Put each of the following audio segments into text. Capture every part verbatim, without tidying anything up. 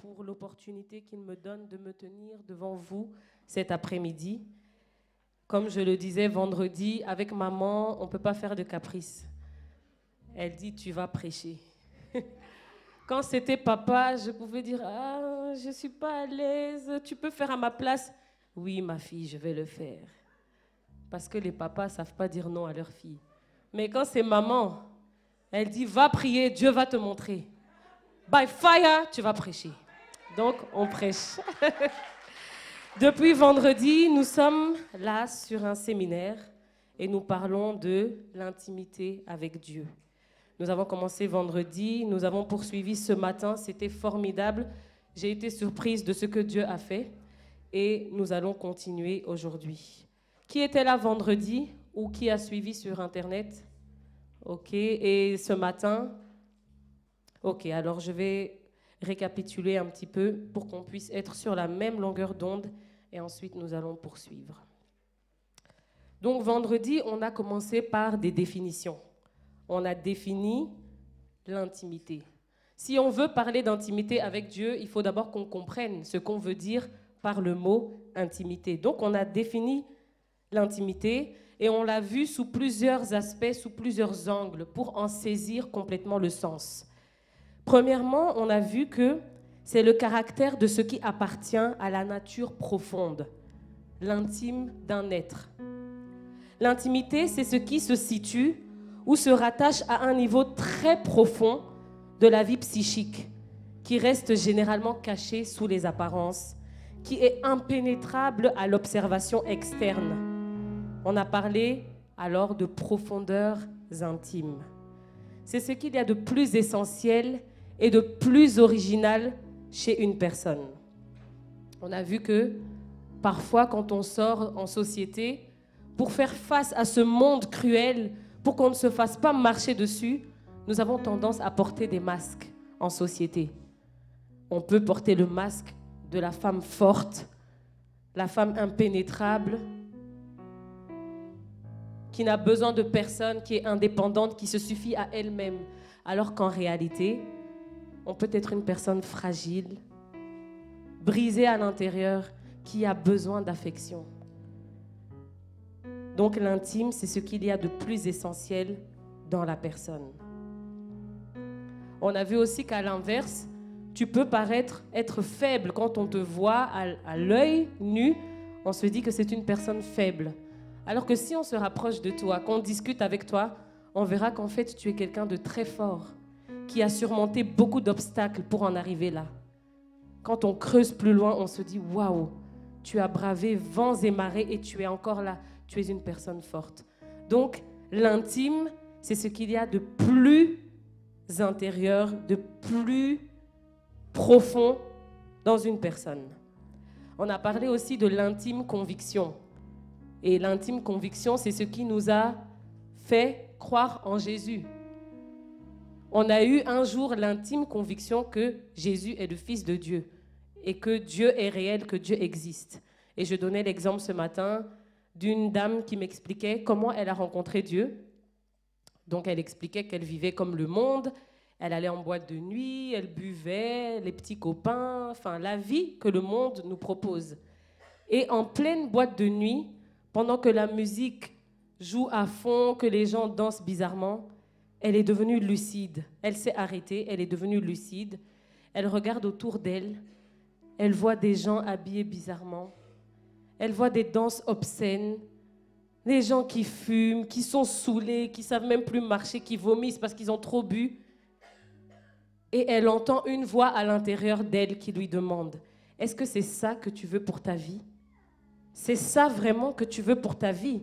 pour l'opportunité qu'il me donne de me tenir devant vous cet après-midi. Comme je le disais vendredi, avec maman, on ne peut pas faire de caprice. Elle dit, tu vas prêcher. Quand c'était papa, je pouvais dire, ah, je ne suis pas à l'aise, tu peux faire à ma place. Oui, ma fille, je vais le faire. Parce que les papas ne savent pas dire non à leur fille. Mais quand c'est maman, elle dit, va prier, Dieu va te montrer. By fire, tu vas prêcher. Donc, on prêche. Depuis vendredi, nous sommes là sur un séminaire et nous parlons de l'intimité avec Dieu. Nous avons commencé vendredi, nous avons poursuivi ce matin, c'était formidable. J'ai été surprise de ce que Dieu a fait et nous allons continuer aujourd'hui. Qui était là vendredi ou qui a suivi sur Internet? Ok, et ce matin? Ok, alors je vais récapituler un petit peu pour qu'on puisse être sur la même longueur d'onde et ensuite nous allons poursuivre. Donc vendredi, on a commencé par des définitions. On a défini l'intimité. Si on veut parler d'intimité avec Dieu, il faut d'abord qu'on comprenne ce qu'on veut dire par le mot intimité. Donc on a défini l'intimité et on l'a vu sous plusieurs aspects, sous plusieurs angles pour en saisir complètement le sens. Premièrement, on a vu que c'est le caractère de ce qui appartient à la nature profonde, l'intime d'un être. L'intimité, c'est ce qui se situe ou se rattache à un niveau très profond de la vie psychique, qui reste généralement caché sous les apparences, qui est impénétrable à l'observation externe. On a parlé alors de profondeurs intimes. C'est ce qu'il y a de plus essentiel et de plus original chez une personne. On a vu que parfois, quand on sort en société, pour faire face à ce monde cruel, pour qu'on ne se fasse pas marcher dessus, nous avons tendance à porter des masques en société. On peut porter le masque de la femme forte, la femme impénétrable, qui n'a besoin de personne, qui est indépendante, qui se suffit à elle-même. Alors qu'en réalité, on peut être une personne fragile, brisée à l'intérieur, qui a besoin d'affection. Donc l'intime, c'est ce qu'il y a de plus essentiel dans la personne. On a vu aussi qu'à l'inverse, tu peux paraître être faible quand on te voit à, à l'œil nu, on se dit que c'est une personne faible. Alors que si on se rapproche de toi, qu'on discute avec toi, on verra qu'en fait, tu es quelqu'un de très fort, qui a surmonté beaucoup d'obstacles pour en arriver là. Quand on creuse plus loin, on se dit « Waouh, tu as bravé vents et marées et tu es encore là. Tu es une personne forte. » Donc, l'intime, c'est ce qu'il y a de plus intérieur, de plus profond dans une personne. On a parlé aussi de l'intime conviction. Et l'intime conviction, c'est ce qui nous a fait croire en Jésus. On a eu un jour l'intime conviction que Jésus est le Fils de Dieu et que Dieu est réel, que Dieu existe. Et je donnais l'exemple ce matin d'une dame qui m'expliquait comment elle a rencontré Dieu. Donc, elle expliquait qu'elle vivait comme le monde, elle allait en boîte de nuit, elle buvait, les petits copains, enfin, la vie que le monde nous propose. Et en pleine boîte de nuit, pendant que la musique joue à fond, que les gens dansent bizarrement, elle est devenue lucide. Elle s'est arrêtée, elle est devenue lucide. Elle regarde autour d'elle, elle voit des gens habillés bizarrement. Elle voit des danses obscènes, des gens qui fument, qui sont saoulés, qui ne savent même plus marcher, qui vomissent parce qu'ils ont trop bu. Et elle entend une voix à l'intérieur d'elle qui lui demande « Est-ce que c'est ça que tu veux pour ta vie? C'est ça vraiment que tu veux pour ta vie?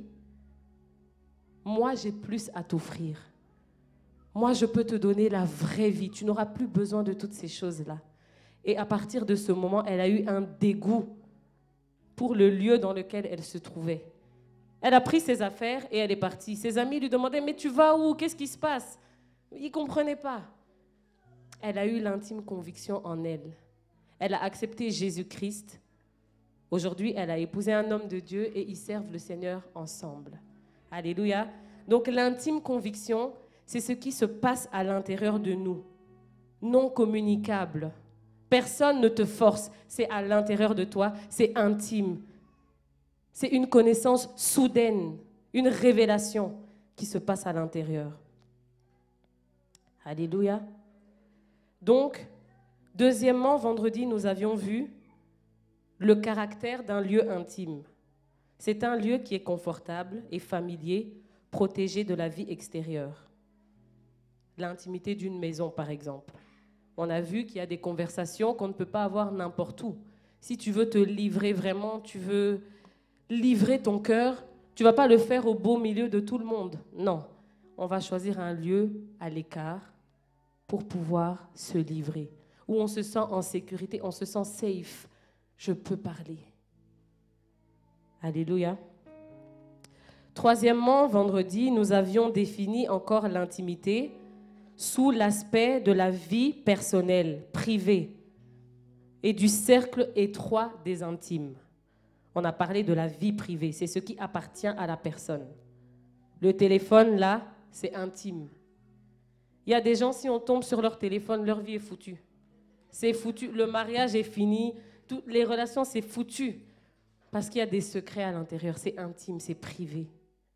Moi, j'ai plus à t'offrir. Moi, je peux te donner la vraie vie. Tu n'auras plus besoin de toutes ces choses-là. » Et à partir de ce moment, elle a eu un dégoût pour le lieu dans lequel elle se trouvait. Elle a pris ses affaires et elle est partie. Ses amis lui demandaient « Mais tu vas où? Qu'est-ce qui se passe ?» Il ne comprenait pas. Elle a eu l'intime conviction en elle. Elle a accepté Jésus-Christ. Aujourd'hui, elle a épousé un homme de Dieu et ils servent le Seigneur ensemble. Alléluia. Donc l'intime conviction, c'est ce qui se passe à l'intérieur de nous, non communicable. Personne ne te force. C'est à l'intérieur de toi, c'est intime. C'est une connaissance soudaine, une révélation qui se passe à l'intérieur. Alléluia. Donc, deuxièmement, vendredi, nous avions vu le caractère d'un lieu intime. C'est un lieu qui est confortable et familier, protégé de la vie extérieure. L'intimité d'une maison, par exemple. On a vu qu'il y a des conversations qu'on ne peut pas avoir n'importe où. Si tu veux te livrer vraiment, tu veux livrer ton cœur, tu ne vas pas le faire au beau milieu de tout le monde. Non, on va choisir un lieu à l'écart pour pouvoir se livrer, où on se sent en sécurité, on se sent safe. Je peux parler. Alléluia. Troisièmement, vendredi, nous avions défini encore l'intimité sous l'aspect de la vie personnelle, privée, et du cercle étroit des intimes. On a parlé de la vie privée, c'est ce qui appartient à la personne. Le téléphone, là, c'est intime. Il y a des gens, si on tombe sur leur téléphone, leur vie est foutue. C'est foutu, le mariage est fini, toutes les relations, c'est foutu. Parce qu'il y a des secrets à l'intérieur, c'est intime, c'est privé.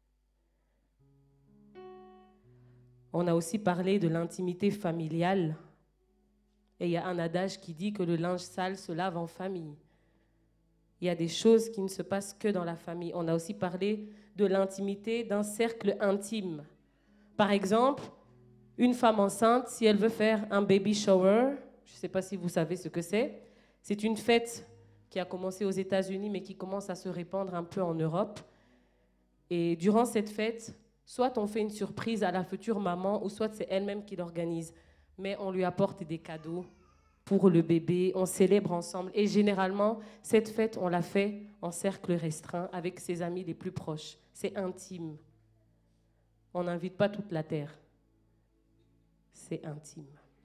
On a aussi parlé de l'intimité familiale. Et il y a un adage qui dit que le linge sale se lave en famille. Il y a des choses qui ne se passent que dans la famille. On a aussi parlé de l'intimité d'un cercle intime. Par exemple, une femme enceinte, si elle veut faire un baby shower, je ne sais pas si vous savez ce que c'est, c'est une fête qui a commencé aux États-Unis mais qui commence à se répandre un peu en Europe. Et durant cette fête, soit on fait une surprise à la future maman, ou soit c'est elle-même qui l'organise. Mais on lui apporte des cadeaux pour le bébé, on célèbre ensemble. Et généralement, cette fête, on la fait en cercle restreint avec ses amis les plus proches. C'est intime. On n'invite pas toute la terre. C'est intime.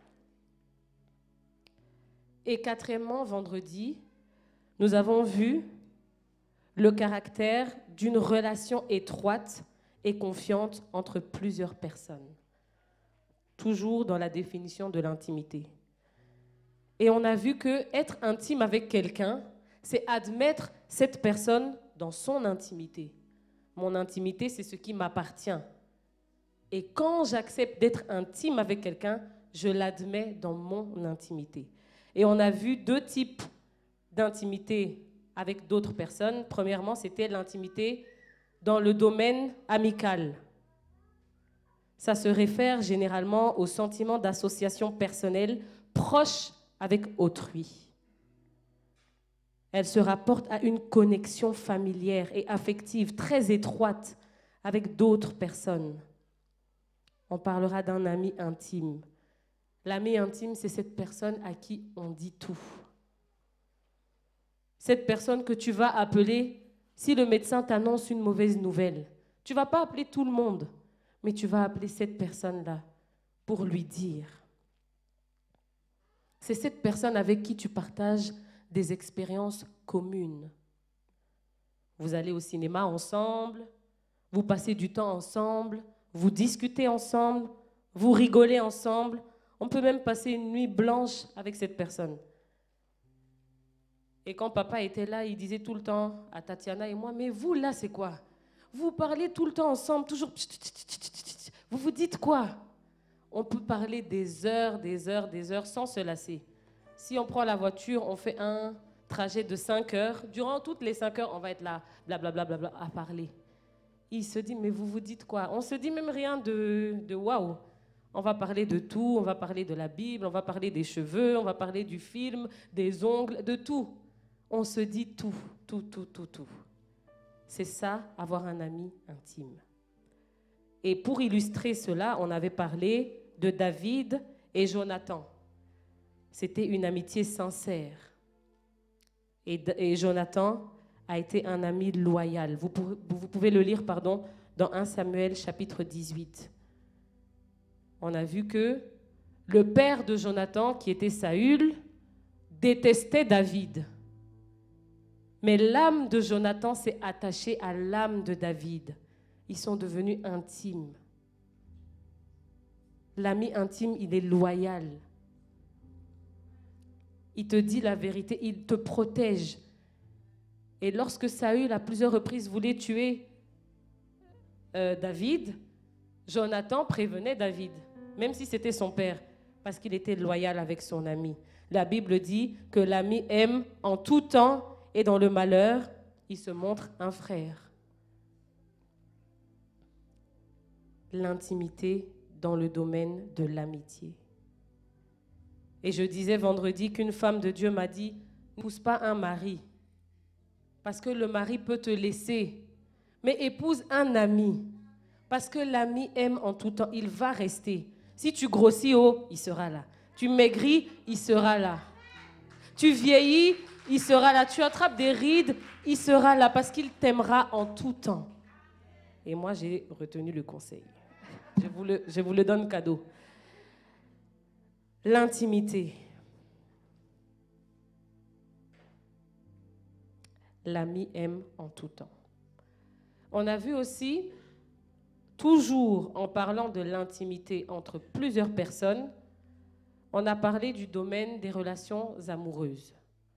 Et quatrièmement, vendredi, nous avons vu le caractère d'une relation étroite et confiante entre plusieurs personnes. Toujours dans la définition de l'intimité. Et on a vu que être intime avec quelqu'un, c'est admettre cette personne dans son intimité. Mon intimité, c'est ce qui m'appartient. Et quand j'accepte d'être intime avec quelqu'un, je l'admets dans mon intimité. Et on a vu deux types d'intimité avec d'autres personnes. Premièrement, c'était l'intimité dans le domaine amical. Ça se réfère généralement au sentiment d'association personnelle proche avec autrui. Elle se rapporte à une connexion familière et affective très étroite avec d'autres personnes. On parlera d'un ami intime. L'ami intime, c'est cette personne à qui on dit tout. Cette personne que tu vas appeler si le médecin t'annonce une mauvaise nouvelle. Tu ne vas pas appeler tout le monde, mais tu vas appeler cette personne-là pour lui dire. C'est cette personne avec qui tu partages des expériences communes. Vous allez au cinéma ensemble, vous passez du temps ensemble, vous discutez ensemble, vous rigolez ensemble. On peut même passer une nuit blanche avec cette personne. Et quand papa était là, il disait tout le temps à Tatiana et moi, mais vous là, c'est quoi? Vous parlez tout le temps ensemble, toujours... Vous vous dites quoi? On peut parler des heures, des heures, des heures sans se lasser. Si on prend la voiture, on fait un trajet de cinq heures. Durant toutes les cinq heures, on va être là, blablabla, bla, bla, bla, à parler. Il se dit, mais vous vous dites quoi? On se dit même rien de, de waouh. On va parler de tout, on va parler de la Bible, on va parler des cheveux, on va parler du film, des ongles, de tout. On se dit tout, tout, tout, tout, tout. C'est ça, avoir un ami intime. Et pour illustrer cela, on avait parlé de David et Jonathan. C'était une amitié sincère. Et, et Jonathan a été un ami loyal. Vous pouvez, vous pouvez le lire, pardon, dans premier Samuel chapitre dix-huit. On a vu que le père de Jonathan, qui était Saül, détestait David. Mais l'âme de Jonathan s'est attachée à l'âme de David. Ils sont devenus intimes. L'ami intime, il est loyal. il te dit la vérité, il te protège. Et lorsque Saül, à plusieurs reprises, voulait tuer euh, David, Jonathan prévenait David, même si c'était son père, parce qu'il était loyal avec son ami. La Bible dit que l'ami aime en tout temps et dans le malheur, il se montre un frère. L'intimité dans le domaine de l'amitié. Et je disais vendredi qu'une femme de Dieu m'a dit, ne pousse pas un mari, parce que le mari peut te laisser, mais épouse un ami, parce que l'ami aime en tout temps, il va rester. Si tu grossis haut, il sera là. Tu maigris, il sera là. Tu vieillis, il sera là. Tu attrapes des rides, il sera là, parce qu'il t'aimera en tout temps. Et moi, j'ai retenu le conseil. Je vous le, je vous le donne cadeau. L'intimité. L'ami aime en tout temps. On a vu aussi, toujours en parlant de l'intimité entre plusieurs personnes, on a parlé du domaine des relations amoureuses.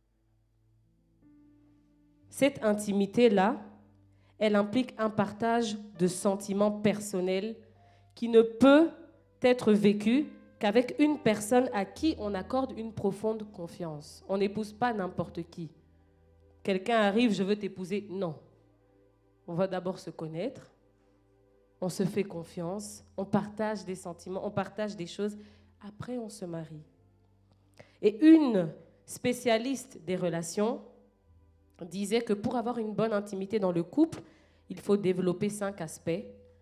Cette intimité-là, elle implique un partage de sentiments personnels qui ne peut être vécu qu'avec une personne à qui on accorde une profonde confiance. On n'épouse pas n'importe qui. Quelqu'un arrive, je veux t'épouser. Non. On va d'abord se connaître, on se fait confiance, on partage des sentiments, on partage des choses. Après, on se marie. Et une spécialiste des relations disait que pour avoir une bonne intimité dans le couple, il faut développer cinq aspects.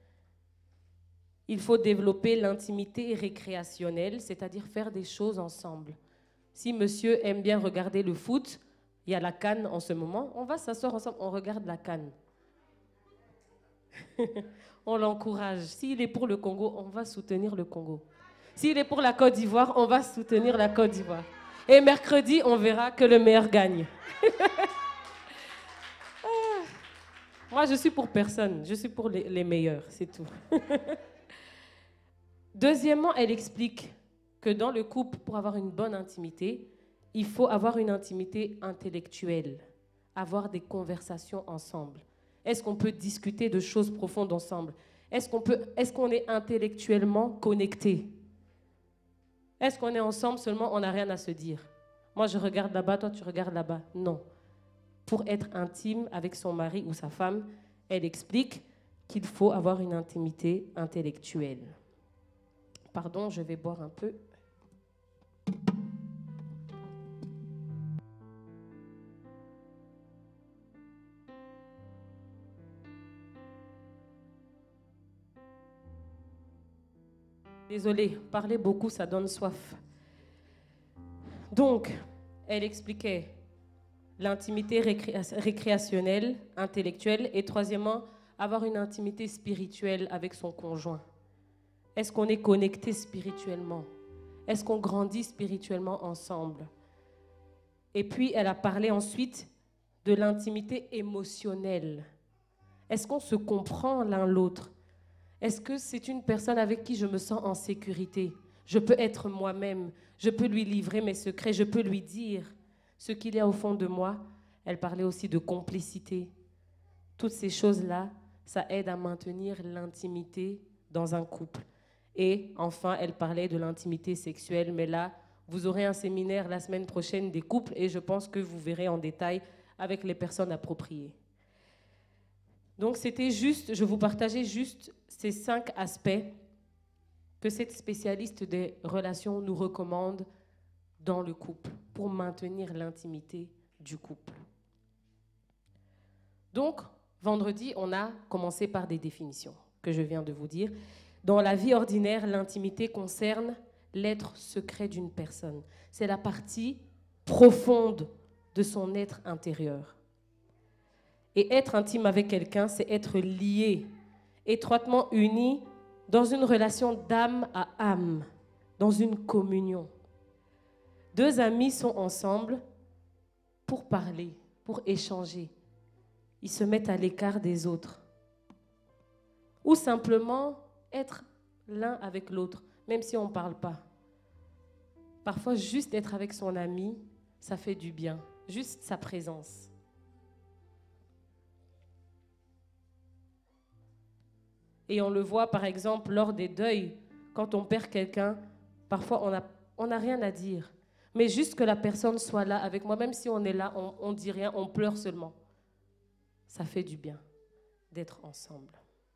Il faut développer l'intimité récréationnelle, c'est-à-dire faire des choses ensemble. Si monsieur aime bien regarder le foot, il y a la CAN en ce moment, on va s'asseoir ensemble, on regarde la CAN. On l'encourage. S'il est pour le Congo, on va soutenir le Congo. S'il est pour la Côte d'Ivoire, on va soutenir la Côte d'Ivoire. Et mercredi, on verra que le meilleur gagne. Moi, je suis pour personne. Je suis pour les, les meilleurs, c'est tout. Deuxièmement, elle explique que dans le couple, pour avoir une bonne intimité, il faut avoir une intimité intellectuelle, avoir des conversations ensemble. Est-ce qu'on peut discuter de choses profondes ensemble? Est-ce qu'on peut, est-ce qu'on est intellectuellement connecté? Est-ce qu'on est ensemble seulement, on n'a rien à se dire? Moi, je regarde là-bas, toi, tu regardes là-bas. Non. Pour être intime avec son mari ou sa femme, elle explique qu'il faut avoir une intimité intellectuelle. Pardon, je vais boire un peu. Désolée, parler beaucoup, ça donne soif. Donc, elle expliquait l'intimité récré- récréationnelle, intellectuelle, et troisièmement, avoir une intimité spirituelle avec son conjoint. Est-ce qu'on est connecté spirituellement? Est-ce qu'on grandit spirituellement ensemble? Et puis, elle a parlé ensuite de l'intimité émotionnelle. Est-ce qu'on se comprend l'un l'autre? Est-ce que c'est une personne avec qui je me sens en sécurité? Je peux être moi-même, je peux lui livrer mes secrets, je peux lui dire ce qu'il y a au fond de moi. Elle parlait aussi de complicité. Toutes ces choses-là, ça aide à maintenir l'intimité dans un couple. Et enfin, elle parlait de l'intimité sexuelle, mais là, vous aurez un séminaire la semaine prochaine des couples et je pense que vous verrez en détail avec les personnes appropriées. Donc, c'était juste, je vous partageais juste ces cinq aspects que cette spécialiste des relations nous recommande dans le couple pour maintenir l'intimité du couple. Donc, vendredi, on a commencé par des définitions que je viens de vous dire. Dans la vie ordinaire, l'intimité concerne l'être secret d'une personne. C'est la partie profonde de son être intérieur. Et être intime avec quelqu'un, c'est être lié, étroitement uni dans une relation d'âme à âme, dans une communion. Deux amis sont ensemble pour parler, pour échanger. Ils se mettent à l'écart des autres. Ou simplement être l'un avec l'autre, même si on ne parle pas. Parfois, juste être avec son ami, ça fait du bien. Juste sa présence. Et on le voit par exemple lors des deuils, quand on perd quelqu'un, parfois on n'a on n'a rien à dire. Mais juste que la personne soit là avec moi, même si on est là, on ne dit rien, on pleure seulement. Ça fait du bien d'être ensemble.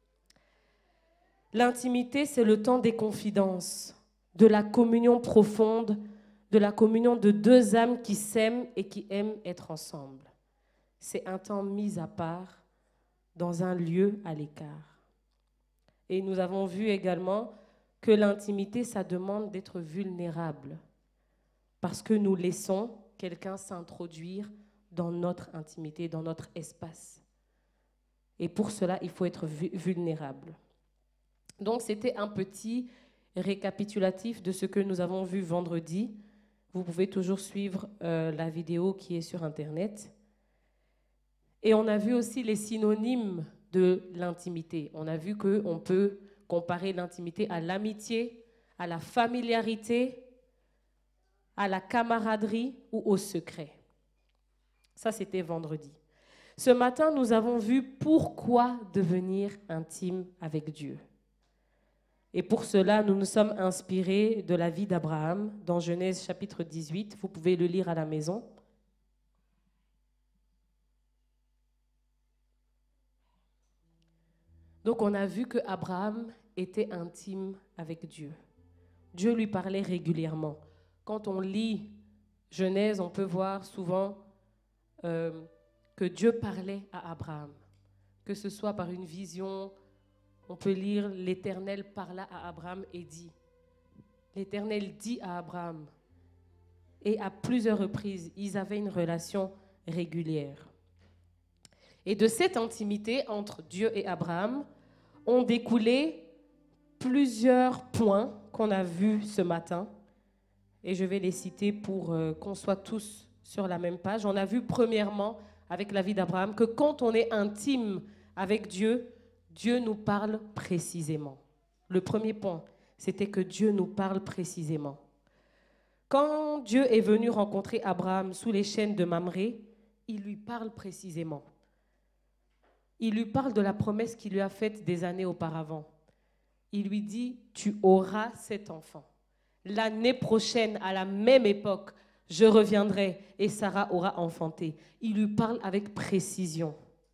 L'intimité, c'est le temps des confidences, de la communion profonde, de la communion de deux âmes qui s'aiment et qui aiment être ensemble. C'est un temps mis à part, dans un lieu à l'écart. Et nous avons vu également que l'intimité, ça demande d'être vulnérable, parce que nous laissons quelqu'un s'introduire dans notre intimité, dans notre espace. Et pour cela, il faut être vulnérable. Donc, c'était un petit récapitulatif de ce que nous avons vu vendredi. Vous pouvez toujours suivre euh, la vidéo qui est sur Internet. Et on a vu aussi les synonymes de l'intimité. On a vu qu'on peut comparer l'intimité à l'amitié, à la familiarité, à la camaraderie ou au secret. Ça, c'était vendredi. Ce matin, nous avons vu pourquoi devenir intime avec Dieu. Et pour cela, nous nous sommes inspirés de la vie d'Abraham dans Genèse chapitre dix-huit. Vous pouvez le lire à la maison. Donc, on a vu que Abraham était intime avec Dieu. Dieu lui parlait régulièrement. Quand on lit Genèse, on peut voir souvent euh, que Dieu parlait à Abraham, que ce soit par une vision. On peut lire « L'Éternel parla à Abraham et dit ». L'Éternel dit à Abraham. Et à plusieurs reprises, ils avaient une relation régulière. Et de cette intimité entre Dieu et Abraham ont découlé plusieurs points qu'on a vus ce matin. Et je vais les citer pour euh, qu'on soit tous sur la même page. On a vu premièrement, avec la vie d'Abraham, que quand on est intime avec Dieu, Dieu nous parle précisément. Le premier point, c'était que Dieu nous parle précisément. Quand Dieu est venu rencontrer Abraham sous les chênes de Mamré, il lui parle précisément. Il lui parle de la promesse qu'il lui a faite des années auparavant. Il lui dit, tu auras cet enfant. L'année prochaine, à la même époque, je reviendrai et Sarah aura enfanté. Il lui parle avec précision.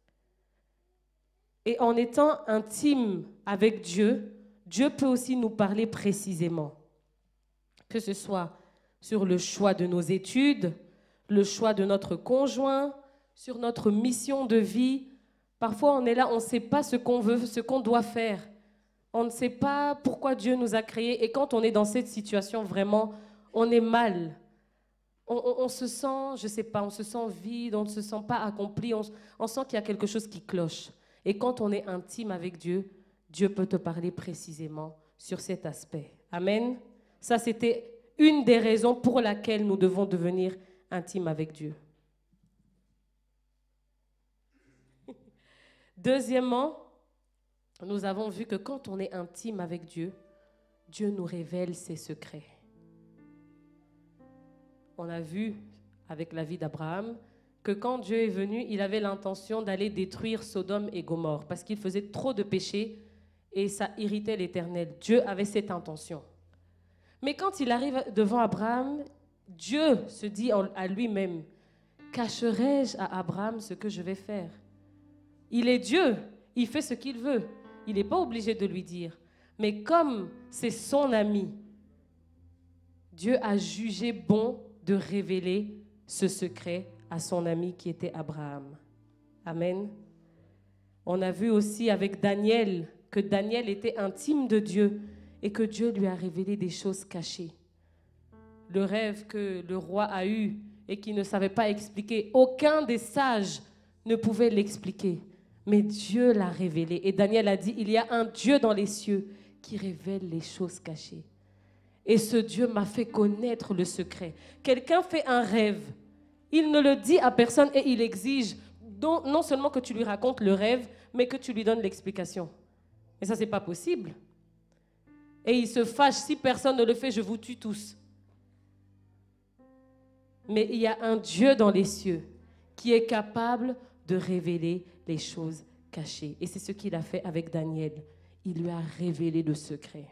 Et en étant intime avec Dieu, Dieu peut aussi nous parler précisément. Que ce soit sur le choix de nos études, le choix de notre conjoint, sur notre mission de vie. Parfois, on est là, on ne sait pas ce qu'on veut, ce qu'on doit faire. On ne sait pas pourquoi Dieu nous a créés. Et quand on est dans cette situation, vraiment, on est mal. On, on, on se sent, je ne sais pas, on se sent vide, on ne se sent pas accompli, on, on sent qu'il y a quelque chose qui cloche. Et quand on est intime avec Dieu, Dieu peut te parler précisément sur cet aspect. Amen. Ça, c'était une des raisons pour laquelle nous devons devenir intimes avec Dieu. Deuxièmement, nous avons vu que quand on est intime avec Dieu, Dieu nous révèle ses secrets. On a vu avec la vie d'Abraham que quand Dieu est venu, il avait l'intention d'aller détruire Sodome et Gomorrhe parce qu'il faisait trop de péchés et ça irritait l'Éternel. Dieu avait cette intention. Mais quand il arrive devant Abraham, Dieu se dit à lui-même, « Cacherai-je à Abraham ce que je vais faire ?» Il est Dieu, il fait ce qu'il veut. Il n'est pas obligé de lui dire. Mais comme c'est son ami, Dieu a jugé bon de révéler ce secret à son ami qui était Abraham. Amen. On a vu aussi avec Daniel que Daniel était intime de Dieu et que Dieu lui a révélé des choses cachées. Le rêve que le roi a eu et qu'il ne savait pas expliquer, aucun des sages ne pouvait l'expliquer. Mais Dieu l'a révélé. Et Daniel a dit, il y a un Dieu dans les cieux qui révèle les choses cachées. Et ce Dieu m'a fait connaître le secret. Quelqu'un fait un rêve. Il ne le dit à personne et il exige non seulement que tu lui racontes le rêve, mais que tu lui donnes l'explication. Et ça, ce n'est pas possible. Et il se fâche, si personne ne le fait, je vous tue tous. Mais il y a un Dieu dans les cieux qui est capable de révéler les choses cachées. Et c'est ce qu'il a fait avec Daniel. Il lui a révélé le secret.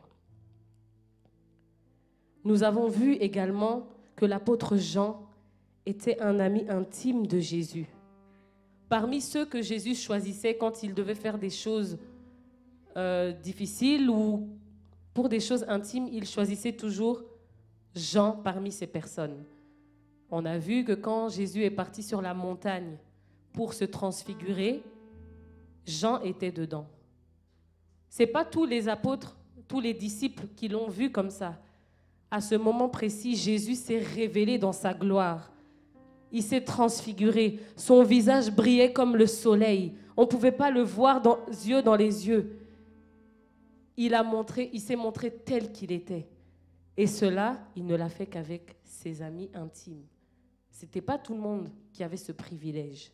Nous avons vu également que l'apôtre Jean était un ami intime de Jésus. Parmi ceux que Jésus choisissait quand il devait faire des choses euh, difficiles ou pour des choses intimes, il choisissait toujours Jean parmi ces personnes. On a vu que quand Jésus est parti sur la montagne pour se transfigurer, Jean était dedans. Ce n'est pas tous les apôtres, tous les disciples qui l'ont vu comme ça. À ce moment précis, Jésus s'est révélé dans sa gloire. Il s'est transfiguré. Son visage brillait comme le soleil. On ne pouvait pas le voir dans les yeux dans les yeux. Il a montré, il s'est montré tel qu'il était. Et cela, il ne l'a fait qu'avec ses amis intimes. Ce n'était pas tout le monde qui avait ce privilège.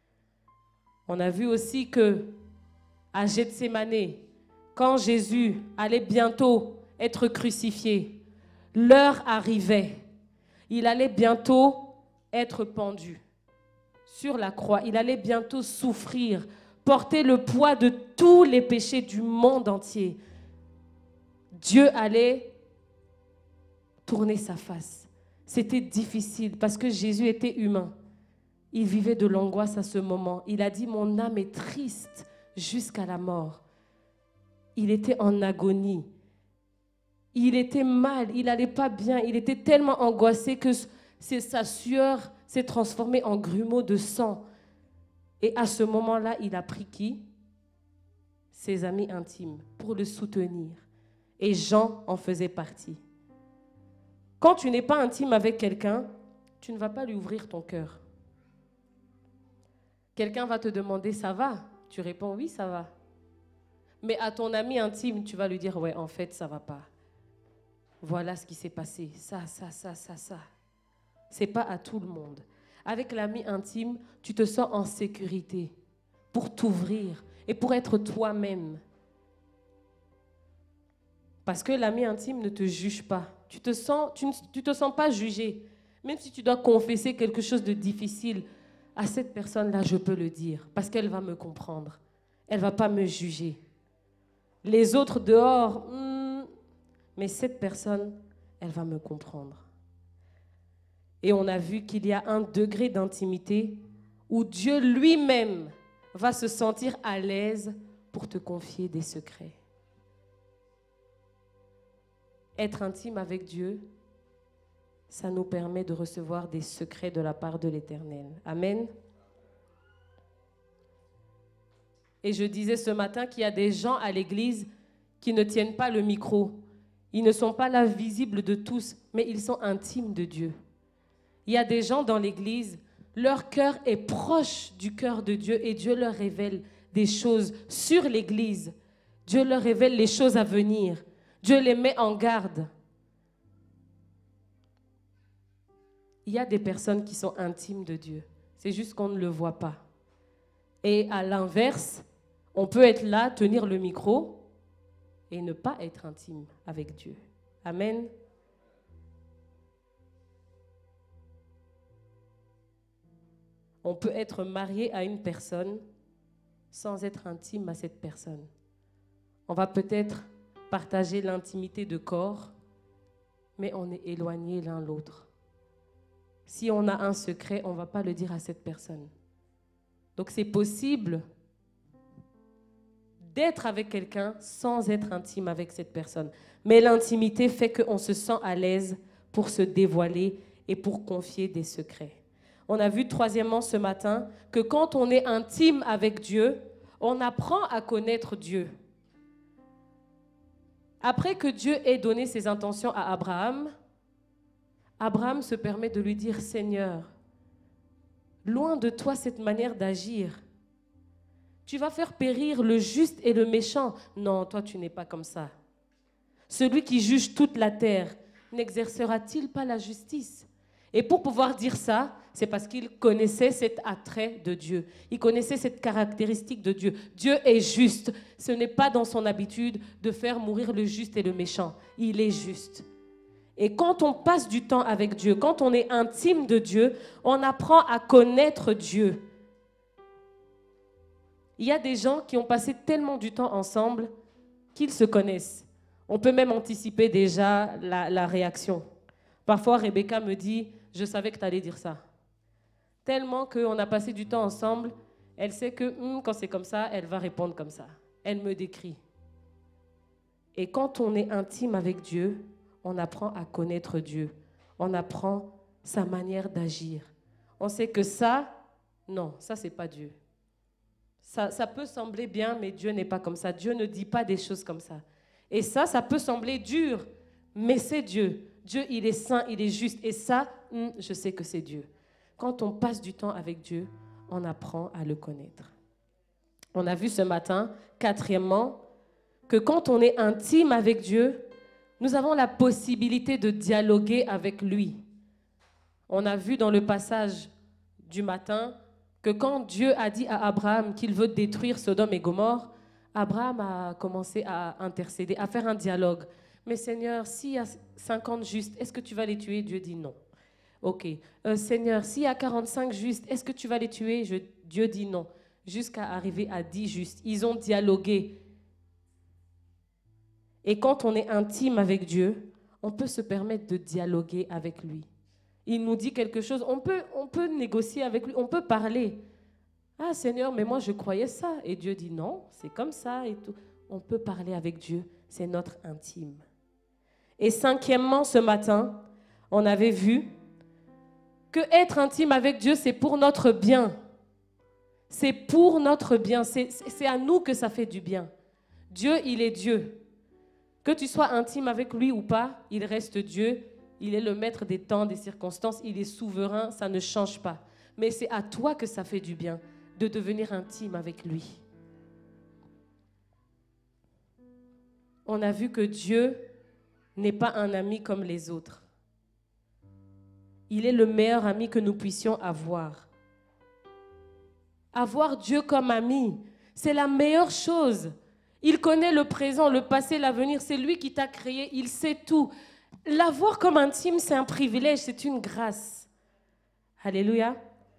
On a vu aussi que à Gethsémane, quand Jésus allait bientôt être crucifié, l'heure arrivait. Il allait bientôt être pendu sur la croix. Il allait bientôt souffrir, porter le poids de tous les péchés du monde entier. Dieu allait tourner sa face. C'était difficile parce que Jésus était humain. Il vivait de l'angoisse à ce moment. Il a dit, mon âme est triste jusqu'à la mort. Il était en agonie. Il était mal, il n'allait pas bien. Il était tellement angoissé que sa sueur s'est transformée en grumeaux de sang. Et à ce moment-là, il a pris qui? Ses amis intimes pour le soutenir. Et Jean en faisait partie. Quand tu n'es pas intime avec quelqu'un, tu ne vas pas lui ouvrir ton cœur. Quelqu'un va te demander, ça va? Tu réponds, oui, ça va. Mais à ton ami intime, tu vas lui dire, ouais, en fait, ça va pas. Voilà ce qui s'est passé. Ça, ça, ça, ça, ça. C'est pas à tout le monde. Avec l'ami intime, tu te sens en sécurité pour t'ouvrir et pour être toi-même. Parce que l'ami intime ne te juge pas. Tu te sens, tu ne tu te sens pas jugé. Même si tu dois confesser quelque chose de difficile, à cette personne-là, je peux le dire parce qu'elle va me comprendre. Elle ne va pas me juger. Les autres dehors, hmm, mais cette personne, elle va me comprendre. Et on a vu qu'il y a un degré d'intimité où Dieu lui-même va se sentir à l'aise pour te confier des secrets. Être intime avec Dieu, ça nous permet de recevoir des secrets de la part de l'Éternel. Amen. Et je disais ce matin qu'il y a des gens à l'église qui ne tiennent pas le micro. Ils ne sont pas là visibles de tous, mais ils sont intimes de Dieu. Il y a des gens dans l'église, leur cœur est proche du cœur de Dieu et Dieu leur révèle des choses sur l'église. Dieu leur révèle les choses à venir. Dieu les met en garde. Il y a des personnes qui sont intimes de Dieu. C'est juste qu'on ne le voit pas. Et à l'inverse, on peut être là, tenir le micro et ne pas être intime avec Dieu. Amen. On peut être marié à une personne sans être intime à cette personne. On va peut-être partager l'intimité de corps, mais on est éloignés l'un l'autre. Si on a un secret, on ne va pas le dire à cette personne. Donc c'est possible d'être avec quelqu'un sans être intime avec cette personne. Mais l'intimité fait qu'on se sent à l'aise pour se dévoiler et pour confier des secrets. On a vu troisièmement ce matin que quand on est intime avec Dieu, on apprend à connaître Dieu. Après que Dieu ait donné ses intentions à Abraham, Abraham se permet de lui dire, Seigneur, loin de toi cette manière d'agir. Tu vas faire périr le juste et le méchant. Non, toi tu n'es pas comme ça. Celui qui juge toute la terre, n'exercera-t-il pas la justice? Et pour pouvoir dire ça, c'est parce qu'il connaissait cet attrait de Dieu. Il connaissait cette caractéristique de Dieu. Dieu est juste. Ce n'est pas dans son habitude de faire mourir le juste et le méchant. Il est juste. Et quand on passe du temps avec Dieu, quand on est intime de Dieu, on apprend à connaître Dieu. Il y a des gens qui ont passé tellement du temps ensemble qu'ils se connaissent. On peut même anticiper déjà la, la réaction. Parfois, Rebecca me dit, je savais que tu allais dire ça. Tellement qu'on a passé du temps ensemble, elle sait que hum, quand c'est comme ça, elle va répondre comme ça. Elle me décrit. Et quand on est intime avec Dieu, on apprend à connaître Dieu. On apprend sa manière d'agir. On sait que ça, non, ça, c'est pas Dieu. Ça, ça peut sembler bien, mais Dieu n'est pas comme ça. Dieu ne dit pas des choses comme ça. Et ça, ça peut sembler dur, mais c'est Dieu. Dieu, il est saint, il est juste. Et ça, hum, je sais que c'est Dieu. Quand on passe du temps avec Dieu, on apprend à le connaître. On a vu ce matin, quatrièmement, que quand on est intime avec Dieu, nous avons la possibilité de dialoguer avec lui. On a vu dans le passage du matin que quand Dieu a dit à Abraham qu'il veut détruire Sodome et Gomorrhe, Abraham a commencé à intercéder, à faire un dialogue. Mais Seigneur, s'il y a cinquante justes, est-ce que tu vas les tuer? Dieu dit non. Ok. Euh, Seigneur, s'il y a quarante-cinq justes, est-ce que tu vas les tuer? Je, Dieu dit non. Jusqu'à arriver à dix justes. Ils ont dialogué. Et quand on est intime avec Dieu, on peut se permettre de dialoguer avec lui. Il nous dit quelque chose, on peut, on peut négocier avec lui, on peut parler. Ah Seigneur, mais moi je croyais ça. Et Dieu dit non, c'est comme ça et tout. On peut parler avec Dieu, c'est notre intime. Et cinquièmement, ce matin, on avait vu que être intime avec Dieu, c'est pour notre bien. C'est pour notre bien, c'est, c'est à nous que ça fait du bien. Dieu, il est Dieu. Que tu sois intime avec lui ou pas, il reste Dieu. Il est le maître des temps, des circonstances. Il est souverain, ça ne change pas. Mais c'est à toi que ça fait du bien de devenir intime avec lui. On a vu que Dieu n'est pas un ami comme les autres. Il est le meilleur ami que nous puissions avoir. Avoir Dieu comme ami, c'est la meilleure chose. Il connaît le présent, le passé, l'avenir. C'est lui qui t'a créé, il sait tout. L'avoir comme intime, c'est un privilège, c'est une grâce. Alléluia.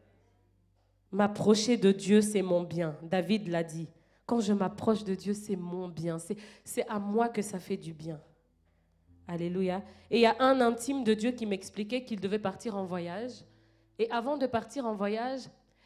M'approcher de Dieu, c'est mon bien. David l'a dit. Quand je m'approche de Dieu, c'est mon bien. C'est, c'est à moi que ça fait du bien. Alléluia. Et il y a un intime de Dieu qui m'expliquait qu'il devait partir en voyage. Et avant de partir en voyage,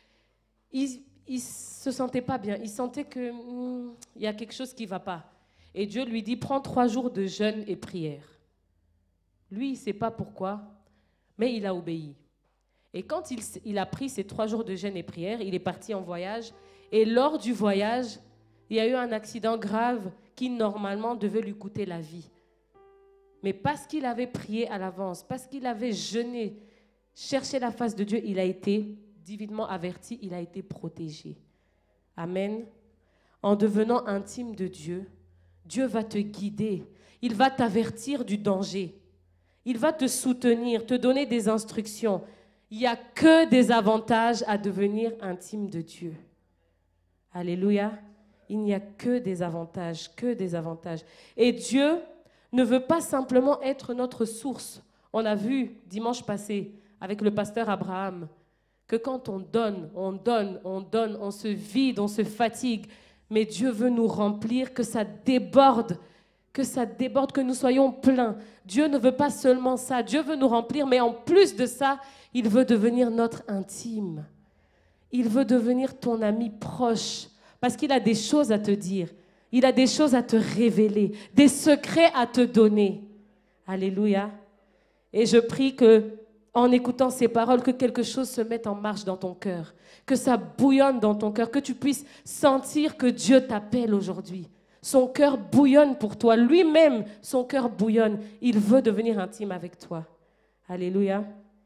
il ne se sentait pas bien. Il sentait qu'il hmm, y a quelque chose qui ne va pas. Et Dieu lui dit, prends trois jours de jeûne et prière. Lui, il ne sait pas pourquoi, mais il a obéi. Et quand il, il a pris ces trois jours de jeûne et prière, il est parti en voyage. Et lors du voyage, il y a eu un accident grave qui, normalement, devait lui coûter la vie. Mais parce qu'il avait prié à l'avance, parce qu'il avait jeûné, cherché la face de Dieu, il a été divinement averti, il a été protégé. Amen. En devenant intime de Dieu, Dieu va te guider. Il va t'avertir du danger. Il va te soutenir, te donner des instructions. Il n'y a que des avantages à devenir intime de Dieu. Alléluia. Il n'y a que des avantages, que des avantages. Et Dieu ne veut pas simplement être notre source. On a vu dimanche passé avec le pasteur Abraham que quand on donne, on donne, on donne, on se vide, on se fatigue, mais Dieu veut nous remplir, que ça déborde, que ça déborde, que nous soyons pleins. Dieu ne veut pas seulement ça, Dieu veut nous remplir, mais en plus de ça, il veut devenir notre intime. Il veut devenir ton ami proche, parce qu'il a des choses à te dire. Il a des choses à te révéler, des secrets à te donner. Alléluia. Et je prie que, en écoutant ces paroles, que quelque chose se mette en marche dans ton cœur, que ça bouillonne dans ton cœur, que tu puisses sentir que Dieu t'appelle aujourd'hui. Son cœur bouillonne pour toi. Lui-même, son cœur bouillonne. Il veut devenir intime avec toi. Alléluia.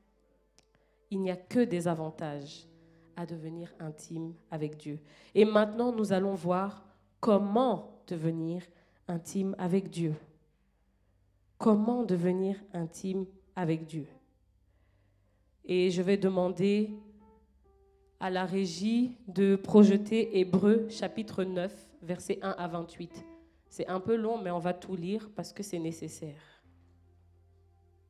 Il n'y a que des avantages à devenir intime avec Dieu. Et maintenant, nous allons voir comment devenir intime avec Dieu. Comment devenir intime avec Dieu. Et je vais demander à la régie de projeter Hébreux chapitre neuf, versets un à vingt-huit. C'est un peu long, mais on va tout lire parce que c'est nécessaire.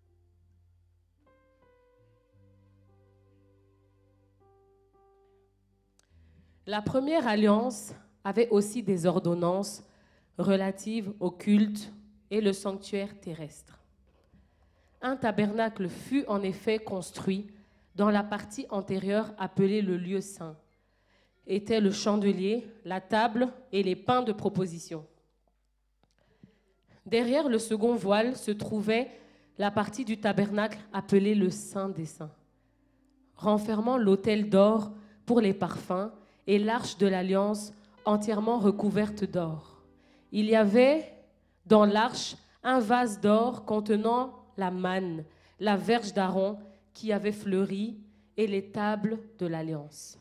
La première alliance avait aussi des ordonnances relatives au culte et le sanctuaire terrestre. Un tabernacle fut en effet construit dans la partie antérieure appelée le lieu saint. Étaient le chandelier, la table et les pains de proposition. Derrière le second voile se trouvait la partie du tabernacle appelée le Saint des Saints, renfermant l'autel d'or pour les parfums et l'arche de l'alliance entièrement recouverte d'or. Il y avait dans l'arche un vase d'or contenant la manne, la verge d'Aaron qui avait fleuri et les tables de l'alliance.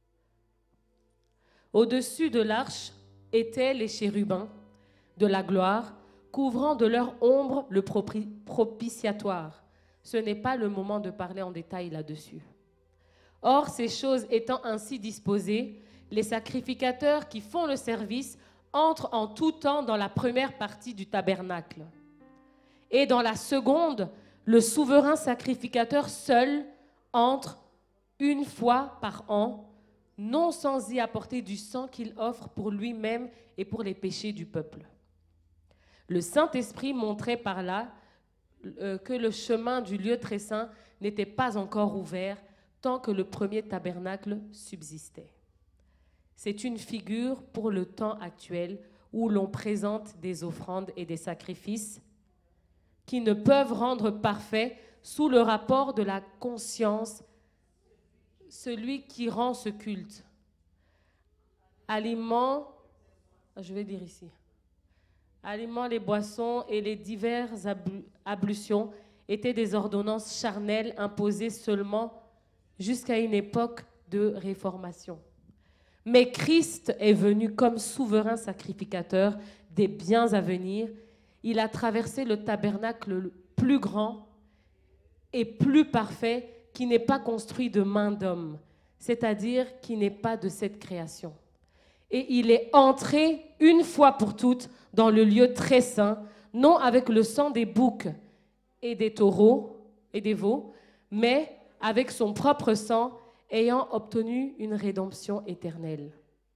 Au-dessus de l'arche étaient les chérubins de la gloire, couvrant de leur ombre le propitiatoire. Ce n'est pas le moment de parler en détail là-dessus. Or, ces choses étant ainsi disposées, les sacrificateurs qui font le service entrent en tout temps dans la première partie du tabernacle. Et dans la seconde, le souverain sacrificateur seul entre une fois par an, non sans y apporter du sang qu'il offre pour lui-même et pour les péchés du peuple. Le Saint-Esprit montrait par là euh, que le chemin du lieu très saint n'était pas encore ouvert tant que le premier tabernacle subsistait. C'est une figure pour le temps actuel où l'on présente des offrandes et des sacrifices qui ne peuvent rendre parfait sous le rapport de la conscience celui qui rend ce culte. Aliments, je vais dire ici, aliments, les boissons et les diverses ablutions étaient des ordonnances charnelles imposées seulement jusqu'à une époque de réformation. Mais Christ est venu comme souverain sacrificateur des biens à venir. Il a traversé le tabernacle le plus grand et plus parfait qui n'est pas construit de main d'homme, c'est-à-dire qui n'est pas de cette création. Et il est entré une fois pour toutes dans le lieu très saint, non avec le sang des boucs et des taureaux et des veaux, mais avec son propre sang, ayant obtenu une rédemption éternelle.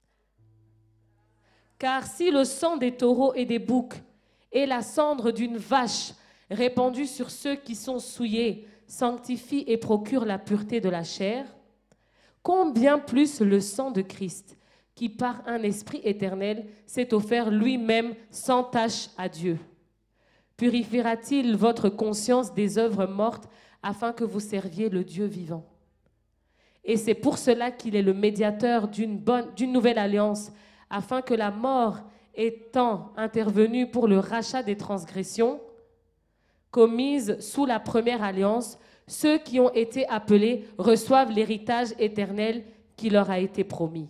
Car si le sang des taureaux et des boucs et la cendre d'une vache répandue sur ceux qui sont souillés sanctifie et procure la pureté de la chair, combien plus le sang de Christ, qui par un esprit éternel s'est offert lui-même sans tache à Dieu. Purifiera-t-il votre conscience des œuvres mortes afin que vous serviez le Dieu vivant? Et c'est pour cela qu'il est le médiateur d'une bonne, d'une nouvelle alliance, afin que la mort étant intervenue pour le rachat des transgressions commises sous la première alliance, ceux qui ont été appelés reçoivent l'héritage éternel qui leur a été promis.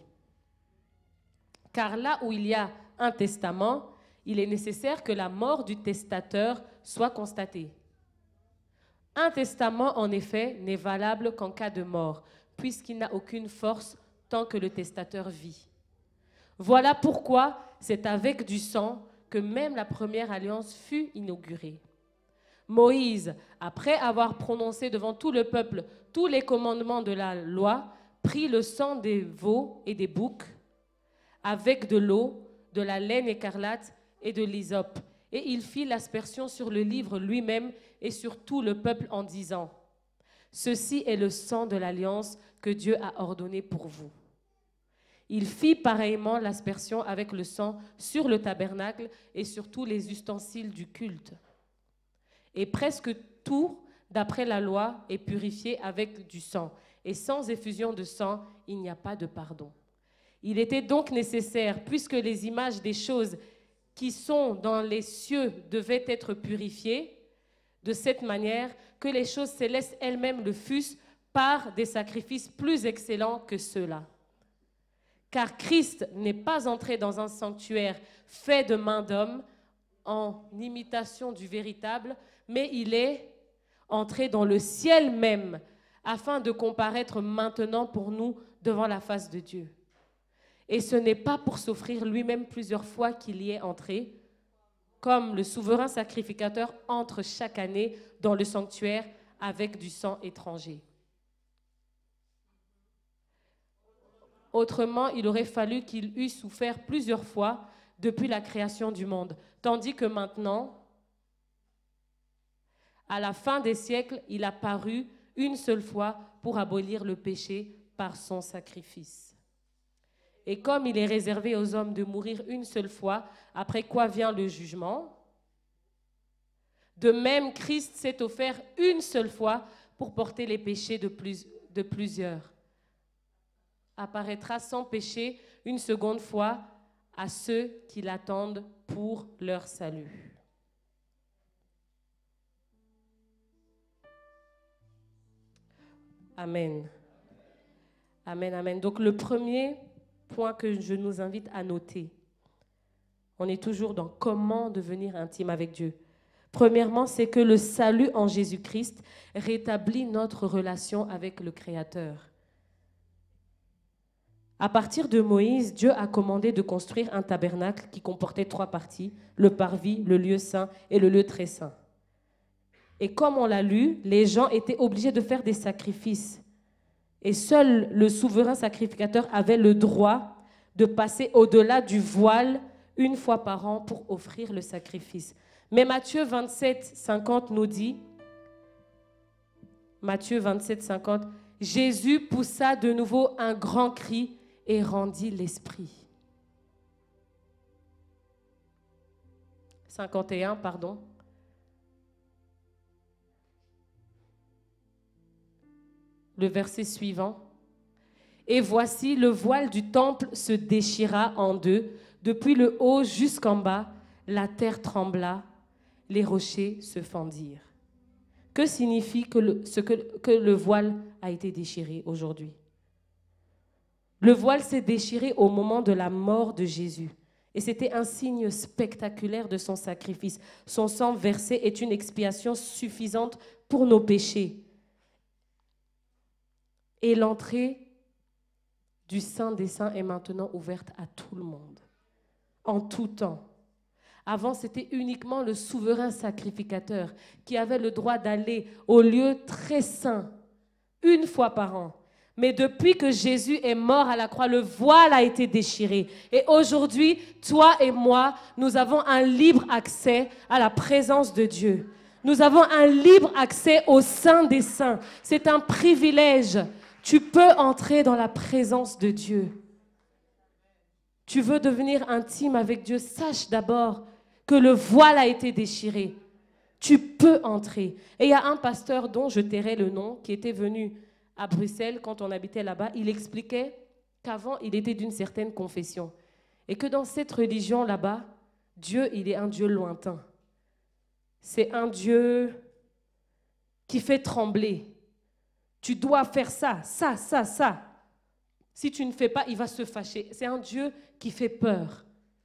Car là où il y a un testament, il est nécessaire que la mort du testateur soit constatée. Un testament, en effet, n'est valable qu'en cas de mort, puisqu'il n'a aucune force tant que le testateur vit. Voilà pourquoi c'est avec du sang que même la première alliance fut inaugurée. Moïse, après avoir prononcé devant tout le peuple tous les commandements de la loi, prit le sang des veaux et des boucs avec de l'eau, de la laine écarlate et de l'hysope, et il fit l'aspersion sur le livre lui-même et sur tout le peuple en disant : ceci est le sang de l'alliance que Dieu a ordonné pour vous. Il fit pareillement l'aspersion avec le sang sur le tabernacle et sur tous les ustensiles du culte. Et presque tout, d'après la loi, est purifié avec du sang. Et sans effusion de sang, il n'y a pas de pardon. Il était donc nécessaire, puisque les images des choses qui sont dans les cieux devaient être purifiées, de cette manière que les choses célestes elles-mêmes le fussent par des sacrifices plus excellents que ceux-là. Car Christ n'est pas entré dans un sanctuaire fait de main d'homme, en imitation du véritable, mais il est entré dans le ciel même, afin de comparaître maintenant pour nous devant la face de Dieu. Et ce n'est pas pour s'offrir lui-même plusieurs fois qu'il y est entré, comme le souverain sacrificateur entre chaque année dans le sanctuaire avec du sang étranger. Autrement, il aurait fallu qu'il eût souffert plusieurs fois depuis la création du monde. Tandis que maintenant, à la fin des siècles, il a paru une seule fois pour abolir le péché par son sacrifice. Et comme il est réservé aux hommes de mourir une seule fois, après quoi vient le jugement, de même Christ s'est offert une seule fois pour porter les péchés de, plus, de plusieurs. Apparaîtra sans péché une seconde fois à ceux qui l'attendent pour leur salut. Amen. Amen, amen. Donc le premier point que je nous invite à noter, on est toujours dans comment devenir intime avec Dieu. Premièrement, c'est que le salut en Jésus-Christ rétablit notre relation avec le Créateur. À partir de Moïse, Dieu a commandé de construire un tabernacle qui comportait trois parties, le parvis, le lieu saint et le lieu très saint. Et comme on l'a lu, les gens étaient obligés de faire des sacrifices. Et seul le souverain sacrificateur avait le droit de passer au-delà du voile une fois par an pour offrir le sacrifice. Mais Matthieu vingt-sept, cinquante nous dit, Matthieu vingt-sept, cinquante, Jésus poussa de nouveau un grand cri et rendit l'esprit. cinquante et un, pardon. Le verset suivant. Et voici, le voile du temple se déchira en deux, depuis le haut jusqu'en bas, la terre trembla, les rochers se fendirent. Que signifie que le, ce que, que le voile a été déchiré aujourd'hui? Le voile s'est déchiré au moment de la mort de Jésus. Et c'était un signe spectaculaire de son sacrifice. Son sang versé est une expiation suffisante pour nos péchés. Et l'entrée du Saint des Saints est maintenant ouverte à tout le monde, en tout temps. Avant, c'était uniquement le souverain sacrificateur qui avait le droit d'aller au lieu très saint une fois par an. Mais depuis que Jésus est mort à la croix, le voile a été déchiré. Et aujourd'hui, toi et moi, nous avons un libre accès à la présence de Dieu. Nous avons un libre accès au Saint des Saints. C'est un privilège. Tu peux entrer dans la présence de Dieu. Tu veux devenir intime avec Dieu, sache d'abord que le voile a été déchiré. Tu peux entrer. Et il y a un pasteur dont je tairai le nom, qui était venu à Bruxelles quand on habitait là-bas. Il expliquait qu'avant, il était d'une certaine confession. Et que dans cette religion là-bas, Dieu, il est un Dieu lointain. C'est un Dieu qui fait trembler. Tu dois faire ça, ça, ça, ça. Si tu ne fais pas, il va se fâcher. C'est un Dieu qui fait peur.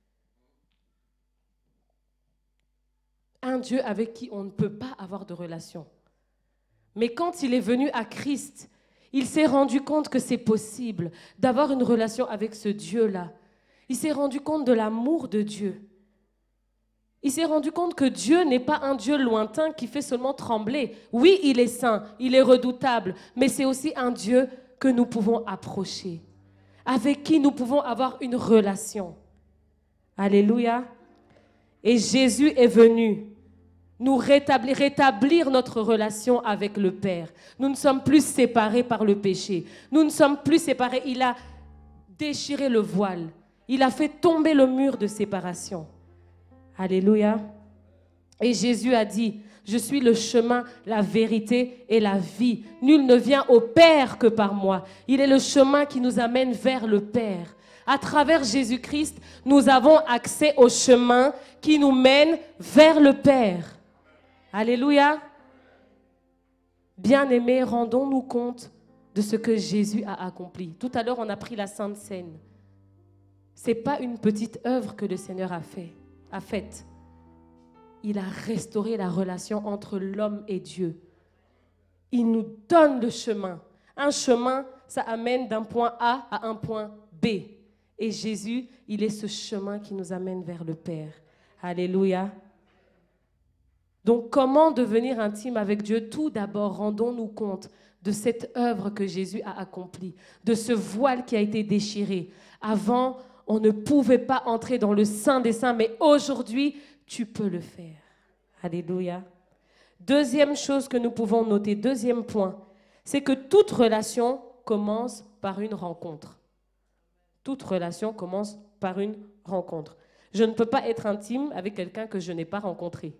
Un Dieu avec qui on ne peut pas avoir de relation. Mais quand il est venu à Christ, il s'est rendu compte que c'est possible d'avoir une relation avec ce Dieu-là. Il s'est rendu compte de l'amour de Dieu. Il s'est rendu compte que Dieu n'est pas un Dieu lointain qui fait seulement trembler. Oui, il est saint, il est redoutable, mais c'est aussi un Dieu que nous pouvons approcher, avec qui nous pouvons avoir une relation. Alléluia. Et Jésus est venu nous rétablir, rétablir notre relation avec le Père. Nous ne sommes plus séparés par le péché. Nous ne sommes plus séparés. Il a déchiré le voile. Il a fait tomber le mur de séparation. Alléluia. Et Jésus a dit, je suis le chemin, la vérité et la vie. Nul ne vient au Père que par moi. Il est le chemin qui nous amène vers le Père. À travers Jésus-Christ, nous avons accès au chemin qui nous mène vers le Père. Alléluia. Bien-aimés, rendons-nous compte de ce que Jésus a accompli. Tout à l'heure, on a pris la Sainte Seine. Ce n'est pas une petite œuvre que le Seigneur a fait. A fait. Il a restauré la relation entre l'homme et Dieu. Il nous donne le chemin. Un chemin, ça amène d'un point A à un point B. Et Jésus, il est ce chemin qui nous amène vers le Père. Alléluia. Donc, comment devenir intime avec Dieu? Tout d'abord, rendons-nous compte de cette œuvre que Jésus a accomplie, de ce voile qui a été déchiré. Avant, on ne pouvait pas entrer dans le Saint des Saints, mais aujourd'hui, tu peux le faire. Alléluia. Deuxième chose que nous pouvons noter, deuxième point, c'est que toute relation commence par une rencontre. Toute relation commence par une rencontre. Je ne peux pas être intime avec quelqu'un que je n'ai pas rencontré.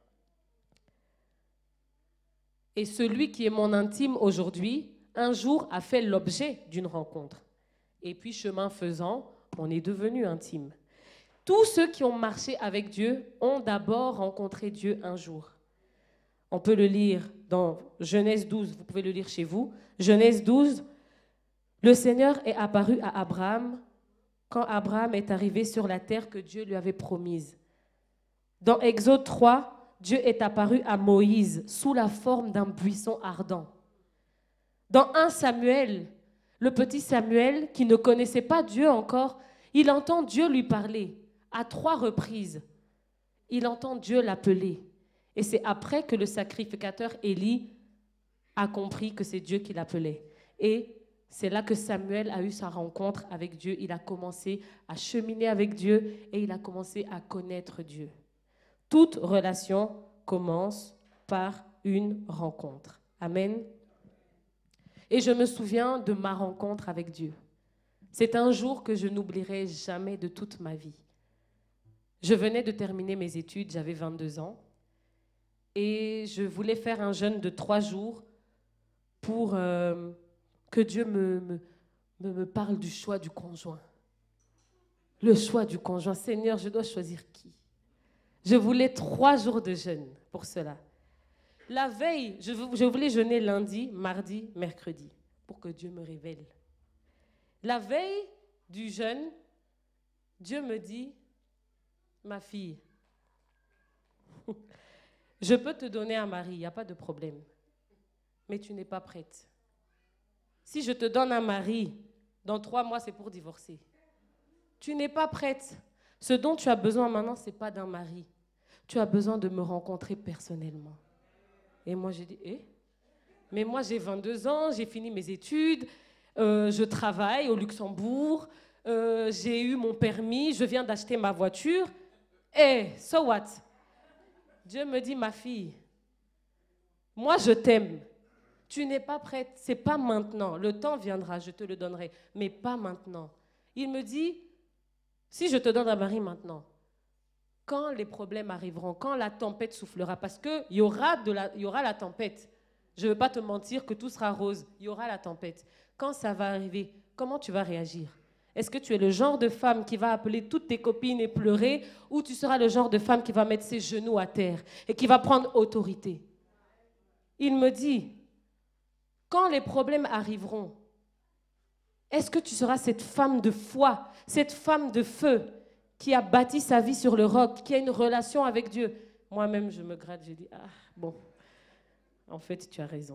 Et celui qui est mon intime aujourd'hui, un jour a fait l'objet d'une rencontre. Et puis, chemin faisant, on est devenu intime. Tous ceux qui ont marché avec Dieu ont d'abord rencontré Dieu un jour. On peut le lire dans Genèse douze, vous pouvez le lire chez vous. Genèse douze, le Seigneur est apparu à Abraham quand Abraham est arrivé sur la terre que Dieu lui avait promise. Dans Exode trois, Dieu est apparu à Moïse sous la forme d'un buisson ardent. Dans un Samuel, le petit Samuel qui ne connaissait pas Dieu encore, il entend Dieu lui parler à trois reprises. Il entend Dieu l'appeler. Et c'est après que le sacrificateur Élie a compris que c'est Dieu qui l'appelait. Et c'est là que Samuel a eu sa rencontre avec Dieu. Il a commencé à cheminer avec Dieu et il a commencé à connaître Dieu. Toute relation commence par une rencontre. Amen. Et je me souviens de ma rencontre avec Dieu. C'est un jour que je n'oublierai jamais de toute ma vie. Je venais de terminer mes études, j'avais vingt-deux ans. Et je voulais faire un jeûne de trois jours pour euh, que Dieu me, me, me, me parle du choix du conjoint. Le choix du conjoint. Seigneur, je dois choisir qui? Je voulais trois jours de jeûne pour cela. La veille, je, je voulais jeûner lundi, mardi, mercredi, pour que Dieu me révèle. La veille du jeûne, Dieu me dit, ma fille, je peux te donner un mari, il n'y a pas de problème. Mais tu n'es pas prête. Si je te donne un mari, dans trois mois, c'est pour divorcer. Tu n'es pas prête. Ce dont tu as besoin maintenant, ce n'est pas d'un mari. Tu as besoin de me rencontrer personnellement. Et moi, j'ai dit, eh? Mais moi, j'ai vingt-deux ans, j'ai fini mes études, euh, je travaille au Luxembourg, euh, j'ai eu mon permis, je viens d'acheter ma voiture. Eh, so what? Dieu me dit, ma fille, moi je t'aime. Tu n'es pas prête, c'est pas maintenant. Le temps viendra, je te le donnerai, mais pas maintenant. Il me dit, si je te donne un mari maintenant, quand les problèmes arriveront, quand la tempête soufflera, parce qu'il y aura de la, il y aura la tempête. Je ne veux pas te mentir que tout sera rose, il y aura la tempête. Quand ça va arriver, comment tu vas réagir? Est-ce que tu es le genre de femme qui va appeler toutes tes copines et pleurer, ou tu seras le genre de femme qui va mettre ses genoux à terre et qui va prendre autorité? Il me dit, quand les problèmes arriveront, est-ce que tu seras cette femme de foi, cette femme de feu qui a bâti sa vie sur le roc, qui a une relation avec Dieu? Moi-même, je me gratte, je dis, ah, bon, en fait, tu as raison.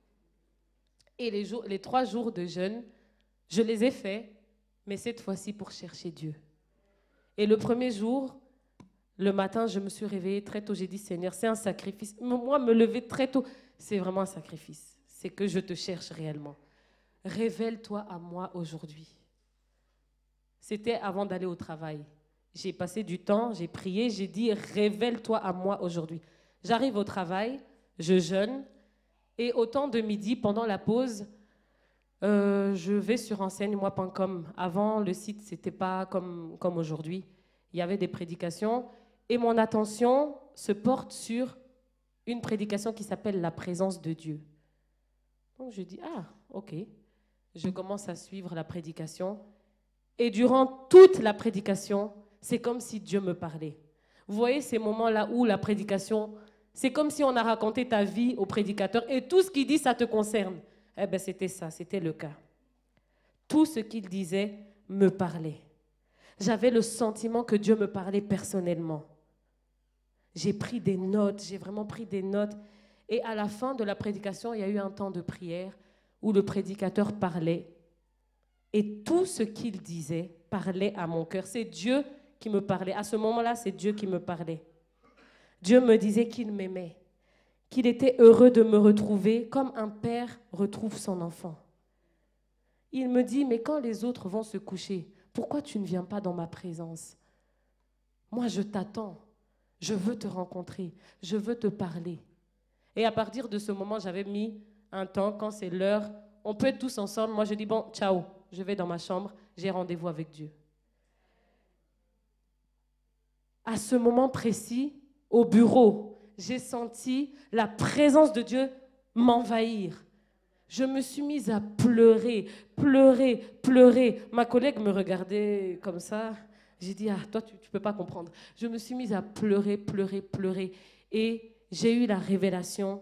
Et les, jours, les trois jours de jeûne, je les ai faits, mais cette fois-ci pour chercher Dieu. Et le premier jour, le matin, je me suis réveillée très tôt. J'ai dit, Seigneur, c'est un sacrifice. Moi, me lever très tôt, c'est vraiment un sacrifice. C'est que je te cherche réellement. Révèle-toi à moi aujourd'hui. C'était avant d'aller au travail. J'ai passé du temps, j'ai prié, j'ai dit, révèle-toi à moi aujourd'hui. J'arrive au travail, je jeûne, et au temps de midi, pendant la pause, Euh, je vais sur enseigne moi point com. Avant, le site, ce n'était pas comme, comme aujourd'hui. Il y avait des prédications et mon attention se porte sur une prédication qui s'appelle la présence de Dieu. Donc je dis, ah, ok. Je commence à suivre la prédication et durant toute la prédication, c'est comme si Dieu me parlait. Vous voyez ces moments-là où la prédication, c'est comme si on a raconté ta vie au prédicateur et tout ce qu'il dit, ça te concerne. Eh bien, c'était ça, c'était le cas. Tout ce qu'il disait me parlait. J'avais le sentiment que Dieu me parlait personnellement. J'ai pris des notes, j'ai vraiment pris des notes. Et à la fin de la prédication, il y a eu un temps de prière où le prédicateur parlait. Et tout ce qu'il disait parlait à mon cœur. C'est Dieu qui me parlait. À ce moment-là, c'est Dieu qui me parlait. Dieu me disait qu'il m'aimait, qu'il était heureux de me retrouver comme un père retrouve son enfant. Il me dit, mais quand les autres vont se coucher, pourquoi tu ne viens pas dans ma présence? Moi, je t'attends. Je veux te rencontrer. Je veux te parler. Et à partir de ce moment, j'avais mis un temps, quand c'est l'heure, on peut être tous ensemble. Moi, je dis, bon, ciao, je vais dans ma chambre, j'ai rendez-vous avec Dieu. À ce moment précis, au bureau, j'ai senti la présence de Dieu m'envahir. Je me suis mise à pleurer, pleurer, pleurer. Ma collègue me regardait comme ça. J'ai dit, ah, toi, tu ne peux pas comprendre. Je me suis mise à pleurer, pleurer, pleurer. Et j'ai eu la révélation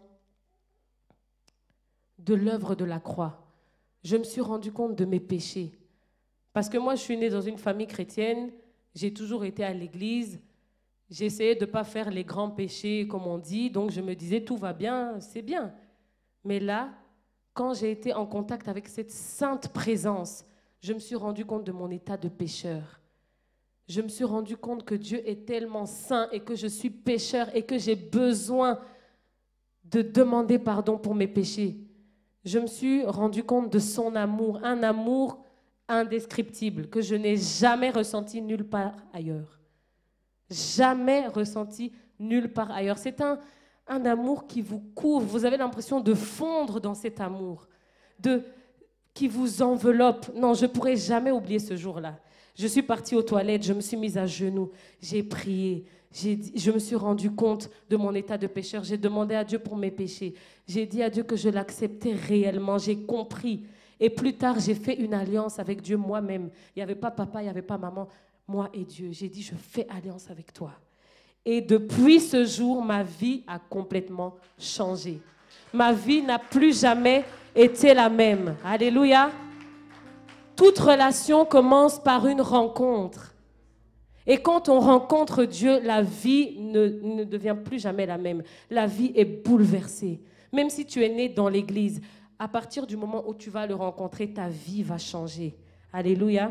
de l'œuvre de la croix. Je me suis rendu compte de mes péchés. Parce que moi, je suis née dans une famille chrétienne. J'ai toujours été à l'église. J'essayais de ne pas faire les grands péchés, comme on dit. Donc, je me disais, tout va bien, c'est bien. Mais là, quand j'ai été en contact avec cette sainte présence, je me suis rendu compte de mon état de pécheur. Je me suis rendu compte que Dieu est tellement saint et que je suis pécheur et que j'ai besoin de demander pardon pour mes péchés. Je me suis rendu compte de son amour, un amour indescriptible que je n'ai jamais ressenti nulle part ailleurs. Jamais ressenti nulle part ailleurs. C'est un, un amour qui vous couvre. Vous avez l'impression de fondre dans cet amour, de, qui vous enveloppe. Non, je ne pourrai jamais oublier ce jour-là. Je suis partie aux toilettes, je me suis mise à genoux, j'ai prié, j'ai dit, je me suis rendu compte de mon état de pécheur. J'ai demandé à Dieu pour mes péchés. J'ai dit à Dieu que je l'acceptais réellement. J'ai compris. Et plus tard, j'ai fait une alliance avec Dieu moi-même. Il n'y avait pas papa, il n'y avait pas maman. Moi et Dieu, j'ai dit, je fais alliance avec toi. Et depuis ce jour, ma vie a complètement changé. Ma vie n'a plus jamais été la même. Alléluia. Toute relation commence par une rencontre. Et quand on rencontre Dieu, la vie ne, ne devient plus jamais la même. La vie est bouleversée. Même si tu es né dans l'église, à partir du moment où tu vas le rencontrer, ta vie va changer. Alléluia.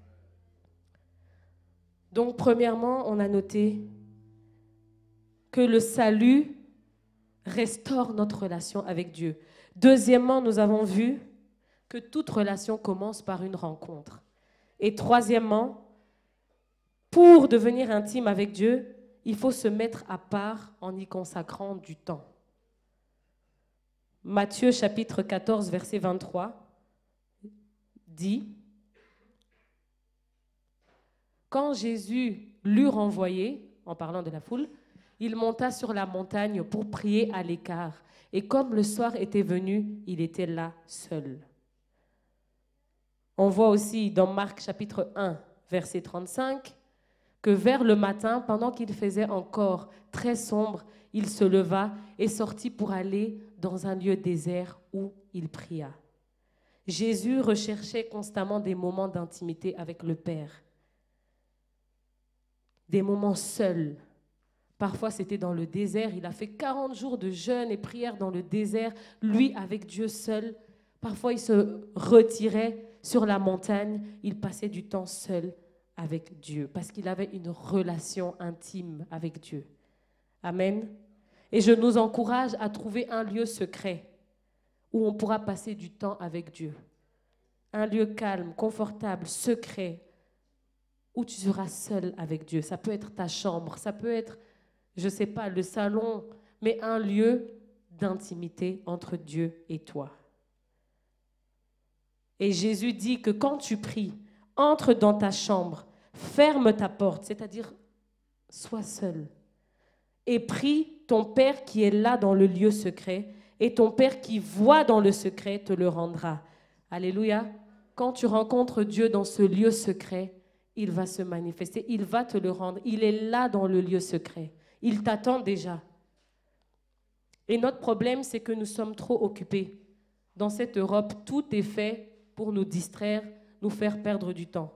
Donc, premièrement, on a noté que le salut restaure notre relation avec Dieu. Deuxièmement, nous avons vu que toute relation commence par une rencontre. Et troisièmement, pour devenir intime avec Dieu, il faut se mettre à part en y consacrant du temps. Matthieu chapitre quatorze, verset vingt-trois dit: quand Jésus l'eut renvoyé, en parlant de la foule, il monta sur la montagne pour prier à l'écart. Et comme le soir était venu, il était là seul. On voit aussi dans Marc chapitre un, verset trente-cinq, que vers le matin, pendant qu'il faisait encore très sombre, il se leva et sortit pour aller dans un lieu désert où il pria. Jésus recherchait constamment des moments d'intimité avec le Père. Des moments seuls. Parfois, c'était dans le désert. Il a fait quarante jours de jeûne et prière dans le désert, lui avec Dieu seul. Parfois, il se retirait sur la montagne. Il passait du temps seul avec Dieu parce qu'il avait une relation intime avec Dieu. Amen. Et je nous encourage à trouver un lieu secret où on pourra passer du temps avec Dieu. Un lieu calme, confortable, secret, où tu seras seul avec Dieu. Ça peut être ta chambre, ça peut être, je ne sais pas, le salon, mais un lieu d'intimité entre Dieu et toi. Et Jésus dit que quand tu pries, entre dans ta chambre, ferme ta porte, c'est-à-dire sois seul. Et prie ton Père qui est là dans le lieu secret, et ton Père qui voit dans le secret te le rendra. Alléluia. Quand tu rencontres Dieu dans ce lieu secret, il va se manifester, il va te le rendre. Il est là dans le lieu secret. Il t'attend déjà. Et notre problème, c'est que nous sommes trop occupés. Dans cette Europe, tout est fait pour nous distraire, nous faire perdre du temps.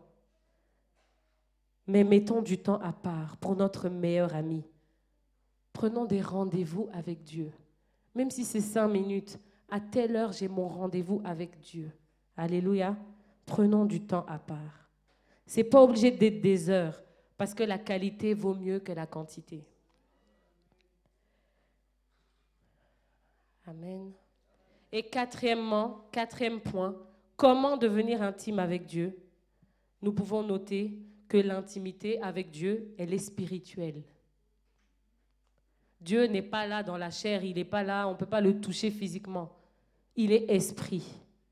Mais mettons du temps à part pour notre meilleur ami. Prenons des rendez-vous avec Dieu. Même si c'est cinq minutes, à telle heure, j'ai mon rendez-vous avec Dieu. Alléluia. Prenons du temps à part. Ce n'est pas obligé d'être des heures, parce que la qualité vaut mieux que la quantité. Amen. Et quatrièmement, quatrième point, comment devenir intime avec Dieu? Nous pouvons noter que l'intimité avec Dieu, elle est spirituelle. Dieu n'est pas là dans la chair, il n'est pas là, on ne peut pas le toucher physiquement. Il est esprit.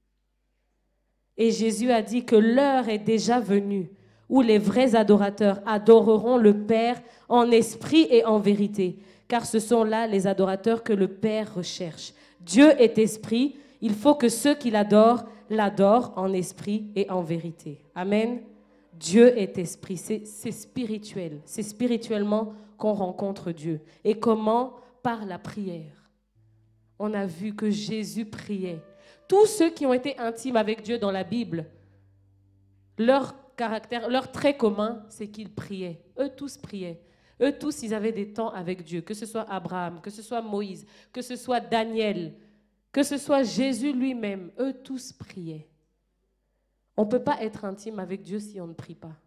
Et Jésus a dit que l'heure est déjà venue où les vrais adorateurs adoreront le Père en esprit et en vérité, car ce sont là les adorateurs que le Père recherche. Dieu est esprit, il faut que ceux qui l'adorent, l'adorent en esprit et en vérité. Amen. Dieu est esprit, c'est, c'est spirituel, c'est spirituellement qu'on rencontre Dieu. Et comment? Par la prière. On a vu que Jésus priait. Tous ceux qui ont été intimes avec Dieu dans la Bible, leur caractère, leur trait commun, c'est qu'ils priaient. Eux tous priaient. Eux tous, ils avaient des temps avec Dieu, que ce soit Abraham, que ce soit Moïse, que ce soit Daniel, que ce soit Jésus lui-même. Eux tous priaient. On ne peut pas être intime avec Dieu si on ne prie pas.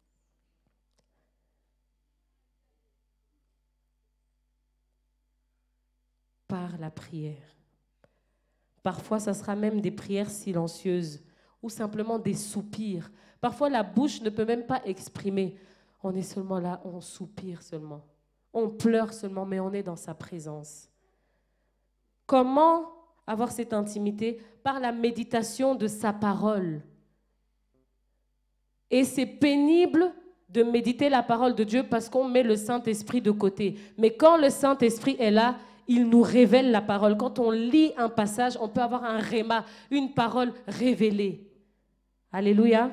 Par la prière. Parfois, ça sera même des prières silencieuses ou simplement des soupirs. Parfois, la bouche ne peut même pas exprimer. On est seulement là, on soupire seulement. On pleure seulement, mais on est dans sa présence. Comment avoir cette intimité? Par la méditation de sa parole. Et c'est pénible de méditer la parole de Dieu parce qu'on met le Saint-Esprit de côté. Mais quand le Saint-Esprit est là, il nous révèle la parole. Quand on lit un passage, on peut avoir un réma, une parole révélée. Alléluia.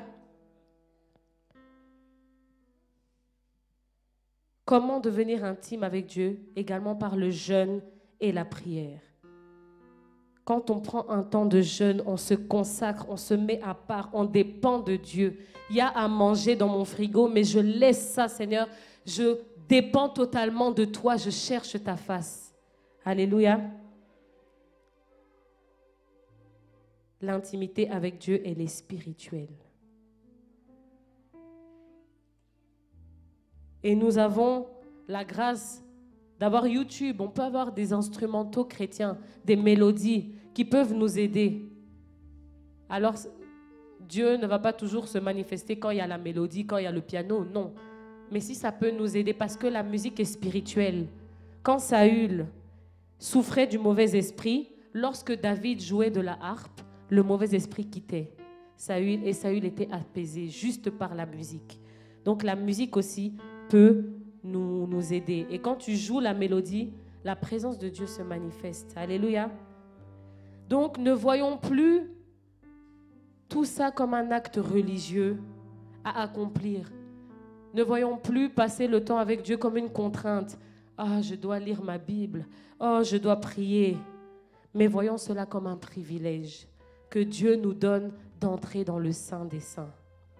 Comment devenir intime avec Dieu? Également par le jeûne et la prière. Quand on prend un temps de jeûne, on se consacre, on se met à part, on dépend de Dieu. Il y a à manger dans mon frigo, mais je laisse ça, Seigneur. Je dépends totalement de toi, je cherche ta face. Alléluia. L'intimité avec Dieu, elle est spirituelle. Et nous avons la grâce d'avoir YouTube. On peut avoir des instrumentaux chrétiens, des mélodies qui peuvent nous aider. Alors, Dieu ne va pas toujours se manifester quand il y a la mélodie, quand il y a le piano, non. Mais si ça peut nous aider, parce que la musique est spirituelle. Quand Saül souffrait du mauvais esprit, lorsque David jouait de la harpe, le mauvais esprit quittait Saül et Saül était apaisé juste par la musique. Donc la musique aussi peut nous, nous aider. Et quand tu joues la mélodie, la présence de Dieu se manifeste. Alléluia. Donc ne voyons plus tout ça comme un acte religieux à accomplir. Ne voyons plus passer le temps avec Dieu comme une contrainte. Ah, je dois lire ma Bible. Oh, je dois prier. Mais voyons cela comme un privilège que Dieu nous donne d'entrer dans le Saint des Saints.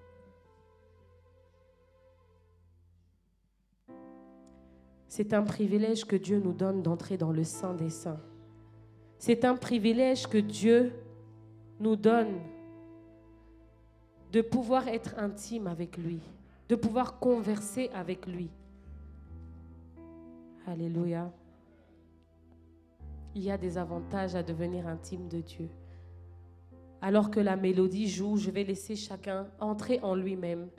C'est un privilège que Dieu nous donne d'entrer dans le Saint des Saints. C'est un privilège que Dieu nous donne de pouvoir être intime avec lui, de pouvoir converser avec lui. Alléluia. Il y a des avantages à devenir intime de Dieu. Alors que la mélodie joue, je vais laisser chacun entrer en lui-même,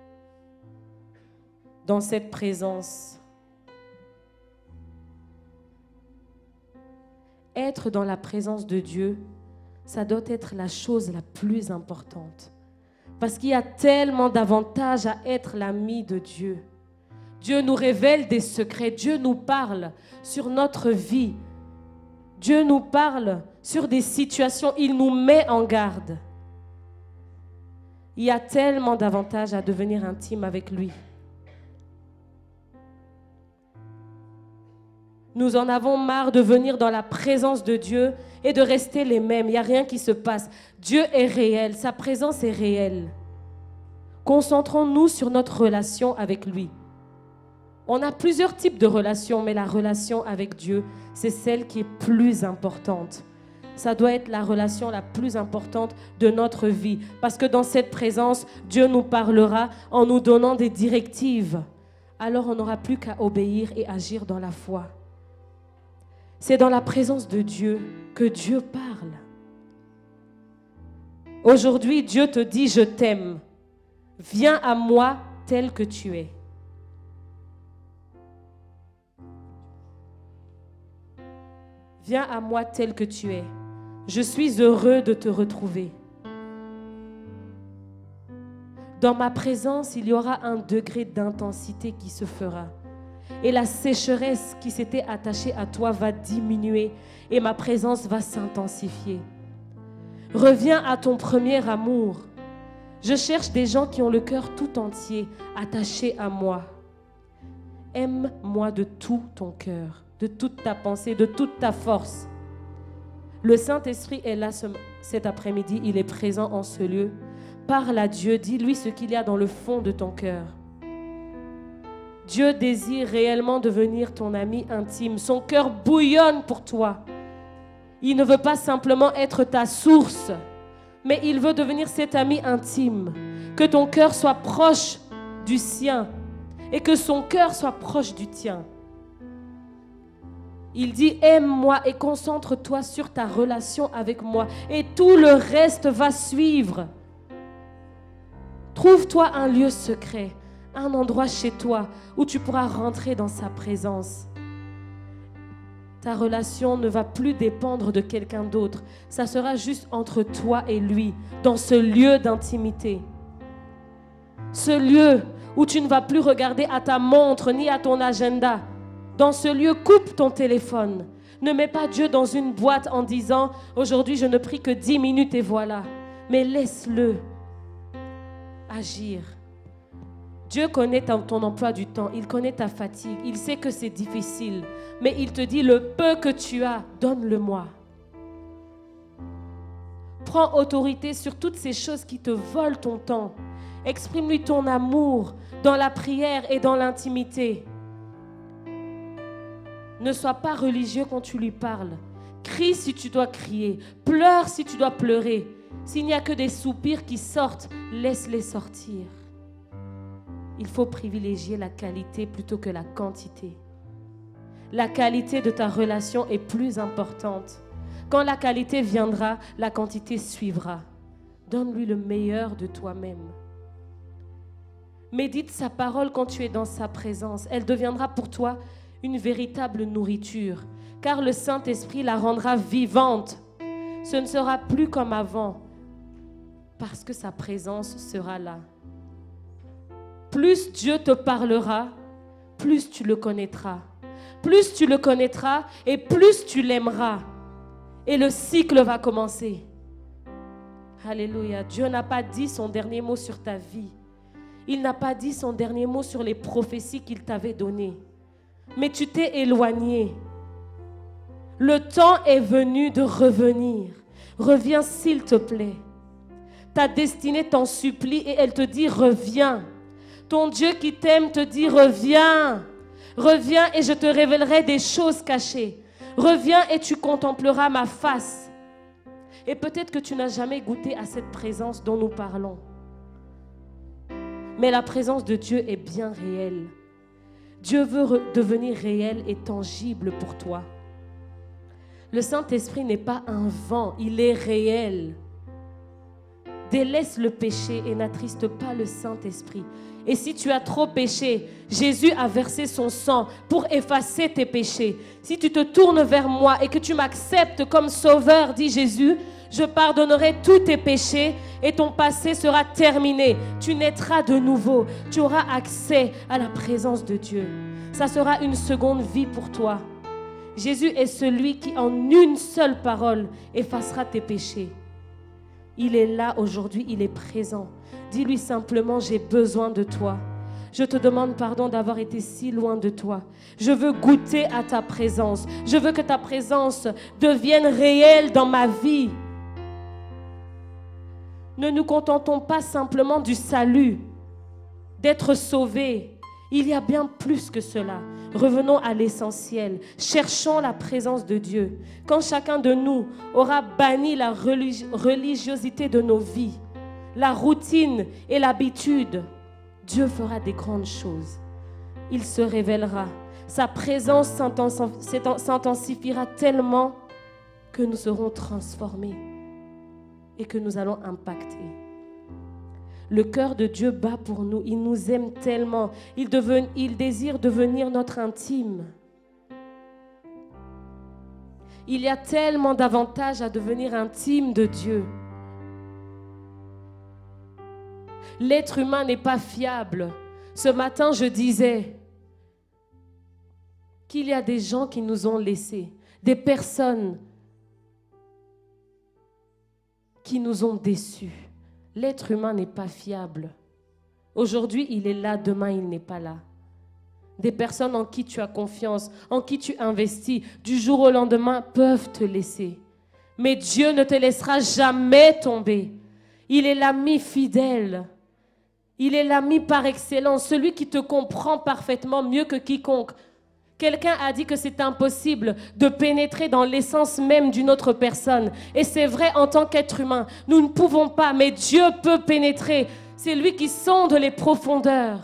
dans cette présence. Être dans la présence de Dieu, ça doit être la chose la plus importante. Parce qu'il y a tellement d'avantages à être l'ami de Dieu. Dieu nous révèle des secrets, Dieu nous parle sur notre vie. Dieu nous parle sur des situations, il nous met en garde. Il y a tellement d'avantages à devenir intime avec lui. Nous en avons marre de venir dans la présence de Dieu et de rester les mêmes. Il n'y a rien qui se passe. Dieu est réel, sa présence est réelle. Concentrons-nous sur notre relation avec lui. On a plusieurs types de relations, mais la relation avec Dieu, c'est celle qui est plus importante. Ça doit être la relation la plus importante de notre vie. Parce que dans cette présence, Dieu nous parlera en nous donnant des directives. Alors on n'aura plus qu'à obéir et agir dans la foi. C'est dans la présence de Dieu que Dieu parle. Aujourd'hui, Dieu te dit, je t'aime. Viens à moi tel que tu es. Viens à moi tel que tu es. Je suis heureux de te retrouver. Dans ma présence, il y aura un degré d'intensité qui se fera. Et la sécheresse qui s'était attachée à toi va diminuer et ma présence va s'intensifier. Reviens à ton premier amour. Je cherche des gens qui ont le cœur tout entier attaché à moi. Aime-moi de tout ton cœur, de toute ta pensée, de toute ta force. Le Saint-Esprit est là ce, cet après-midi, il est présent en ce lieu. Parle à Dieu, dis-lui ce qu'il y a dans le fond de ton cœur. Dieu désire réellement devenir ton ami intime. Son cœur bouillonne pour toi. Il ne veut pas simplement être ta source, mais il veut devenir cet ami intime. Que ton cœur soit proche du sien et que son cœur soit proche du tien. Il dit, aime-moi et concentre-toi sur ta relation avec moi et tout le reste va suivre. Trouve-toi un lieu secret, un endroit chez toi où tu pourras rentrer dans sa présence. Ta relation ne va plus dépendre de quelqu'un d'autre. Ça sera juste entre toi et lui, dans ce lieu d'intimité. Ce lieu où tu ne vas plus regarder à ta montre ni à ton agenda. Dans ce lieu, coupe ton téléphone. Ne mets pas Dieu dans une boîte en disant « Aujourd'hui, je ne prie que dix minutes et voilà ». Mais laisse-le agir. Dieu connaît ton emploi du temps, il connaît ta fatigue, il sait que c'est difficile, mais il te dit le peu que tu as, donne-le-moi. Prends autorité sur toutes ces choses qui te volent ton temps. Exprime-lui ton amour dans la prière et dans l'intimité. Ne sois pas religieux quand tu lui parles. Crie si tu dois crier, pleure si tu dois pleurer. S'il n'y a que des soupirs qui sortent, laisse-les sortir. Il faut privilégier la qualité plutôt que la quantité. La qualité de ta relation est plus importante. Quand la qualité viendra, la quantité suivra. Donne-lui le meilleur de toi-même. Médite sa parole quand tu es dans sa présence. Elle deviendra pour toi une véritable nourriture, car le Saint-Esprit la rendra vivante. Ce ne sera plus comme avant, parce que sa présence sera là. Plus Dieu te parlera, plus tu le connaîtras. Plus tu le connaîtras et plus tu l'aimeras. Et le cycle va commencer. Alléluia. Dieu n'a pas dit son dernier mot sur ta vie. Il n'a pas dit son dernier mot sur les prophéties qu'il t'avait données. Mais tu t'es éloigné. Le temps est venu de revenir. Reviens s'il te plaît. Ta destinée t'en supplie et elle te dit reviens. Ton Dieu qui t'aime te dit reviens. Reviens et je te révélerai des choses cachées. Reviens et tu contempleras ma face. Et peut-être que tu n'as jamais goûté à cette présence dont nous parlons. Mais la présence de Dieu est bien réelle. Dieu veut re- devenir réel et tangible pour toi. Le Saint-Esprit n'est pas un vent, il est réel. Délaisse le péché et n'attriste pas le Saint-Esprit. Et si tu as trop péché, Jésus a versé son sang pour effacer tes péchés. Si tu te tournes vers moi et que tu m'acceptes comme sauveur, dit Jésus, je pardonnerai tous tes péchés et ton passé sera terminé. Tu naîtras de nouveau. Tu auras accès à la présence de Dieu. Ça sera une seconde vie pour toi. Jésus est celui qui, en une seule parole, effacera tes péchés. Il est là aujourd'hui, il est présent. Dis-lui simplement, j'ai besoin de toi. Je te demande pardon d'avoir été si loin de toi. Je veux goûter à ta présence. Je veux que ta présence devienne réelle dans ma vie. Ne nous contentons pas simplement du salut, d'être sauvés. Il y a bien plus que cela. Revenons à l'essentiel. Cherchons la présence de Dieu. Quand chacun de nous aura banni la religi- religiosité de nos vies, la routine et l'habitude, Dieu fera des grandes choses. Il se révélera. sa présence s'intensifiera tellement que nous serons transformés et que nous allons impacter. Le cœur de Dieu bat pour nous. Il nous aime tellement. Il, deven, il désire devenir notre intime. Il y a tellement d'avantages à devenir intime de Dieu. L'être humain n'est pas fiable. Ce matin, je disais qu'il y a des gens qui nous ont laissés, des personnes qui nous ont déçus. L'être humain n'est pas fiable. Aujourd'hui, il est là, demain, il n'est pas là. Des personnes en qui tu as confiance, en qui tu investis, du jour au lendemain, peuvent te laisser. Mais Dieu ne te laissera jamais tomber. Il est l'ami fidèle. Il est l'ami par excellence, celui qui te comprend parfaitement mieux que quiconque. Quelqu'un a dit que c'est impossible de pénétrer dans l'essence même d'une autre personne. Et c'est vrai en tant qu'être humain, nous ne pouvons pas, mais Dieu peut pénétrer. C'est lui qui sonde les profondeurs.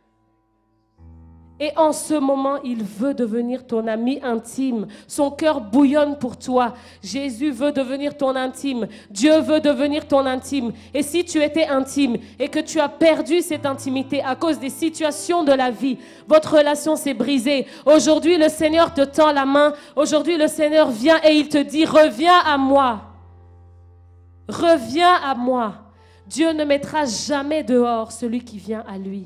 Et en ce moment, il veut devenir ton ami intime. Son cœur bouillonne pour toi. Jésus veut devenir ton intime. Dieu veut devenir ton intime. Et si tu étais intime et que tu as perdu cette intimité à cause des situations de la vie, votre relation s'est brisée. Aujourd'hui, le Seigneur te tend la main. Aujourd'hui, le Seigneur vient et il te dit, reviens à moi. Reviens à moi. Dieu ne mettra jamais dehors celui qui vient à lui.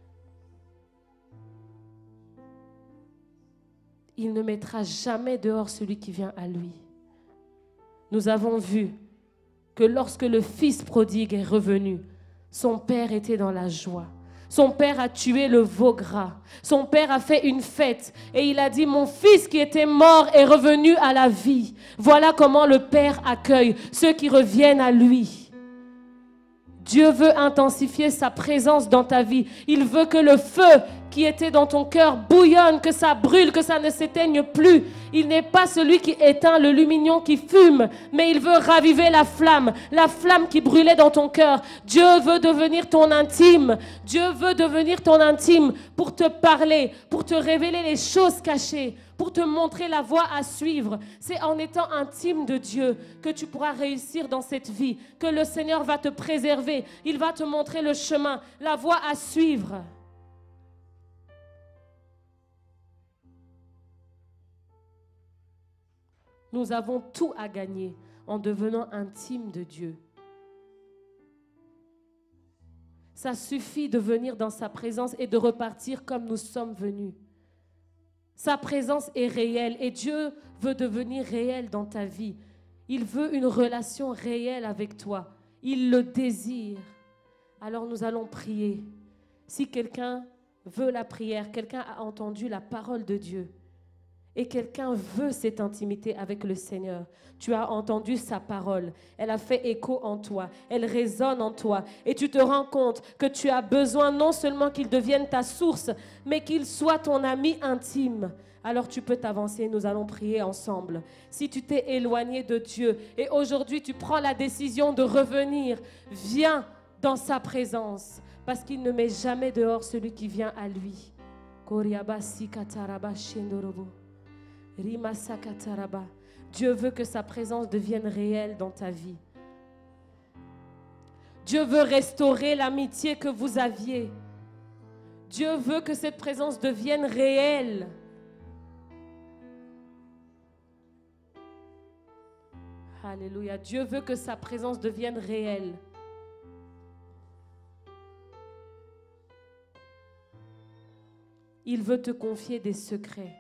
Il ne mettra jamais dehors celui qui vient à lui. Nous avons vu que lorsque le fils prodigue est revenu, son père était dans la joie. Son père a tué le veau gras. Son père a fait une fête et il a dit, mon fils qui était mort est revenu à la vie. Voilà comment le père accueille ceux qui reviennent à lui. Dieu veut intensifier sa présence dans ta vie. Il veut que le feu qui était dans ton cœur bouillonne, que ça brûle, que ça ne s'éteigne plus. Il n'est pas celui qui éteint le lumignon qui fume, mais il veut raviver la flamme, la flamme qui brûlait dans ton cœur. Dieu veut devenir ton intime. Dieu veut devenir ton intime pour te parler, pour te révéler les choses cachées, pour te montrer la voie à suivre. C'est en étant intime de Dieu que tu pourras réussir dans cette vie, que le Seigneur va te préserver. Il va te montrer le chemin, la voie à suivre. Nous avons tout à gagner en devenant intime de Dieu. Ça suffit de venir dans sa présence et de repartir comme nous sommes venus. Sa présence est réelle et Dieu veut devenir réel dans ta vie. Il veut une relation réelle avec toi. Il le désire. Alors nous allons prier. Si quelqu'un veut la prière, quelqu'un a entendu la parole de Dieu et quelqu'un veut cette intimité avec le Seigneur, tu as entendu sa parole, elle a fait écho en toi, elle résonne en toi et tu te rends compte que tu as besoin non seulement qu'il devienne ta source, mais qu'il soit ton ami intime. Alors tu peux t'avancer, nous allons prier ensemble. Si tu t'es éloigné de Dieu et aujourd'hui tu prends la décision de revenir, viens dans sa présence parce qu'il ne met jamais dehors celui qui vient à lui. Dieu veut que sa présence devienne réelle dans ta vie. Dieu veut restaurer l'amitié que vous aviez. Dieu veut que cette présence devienne réelle. Alléluia. Dieu veut que sa présence devienne réelle. Il veut te confier des secrets.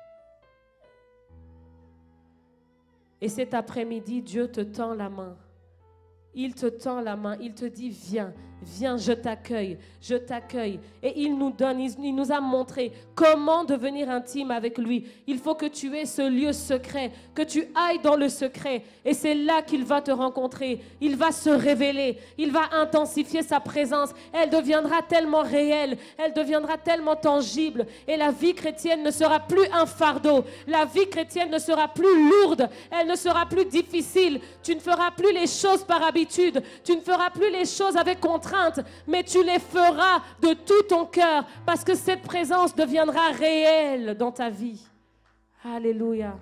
Et cet après-midi, Dieu te tend la main. Il te tend la main, il te dit viens, viens, je t'accueille, je t'accueille. Et il nous donne, il, il nous a montré comment devenir intime avec lui. Il faut que tu aies ce lieu secret, que tu ailles dans le secret. Et c'est là qu'il va te rencontrer. Il va se révéler, il va intensifier sa présence. Elle deviendra tellement réelle, elle deviendra tellement tangible. Et la vie chrétienne ne sera plus un fardeau. La vie chrétienne ne sera plus lourde, elle ne sera plus difficile. Tu ne feras plus les choses par habitude, tu ne feras plus les choses avec contrainte. contraintes, mais tu les feras de tout ton cœur parce que cette présence deviendra réelle dans ta vie. Alléluia.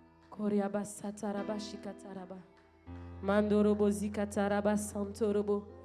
Mandorobo zikataraba santorobo.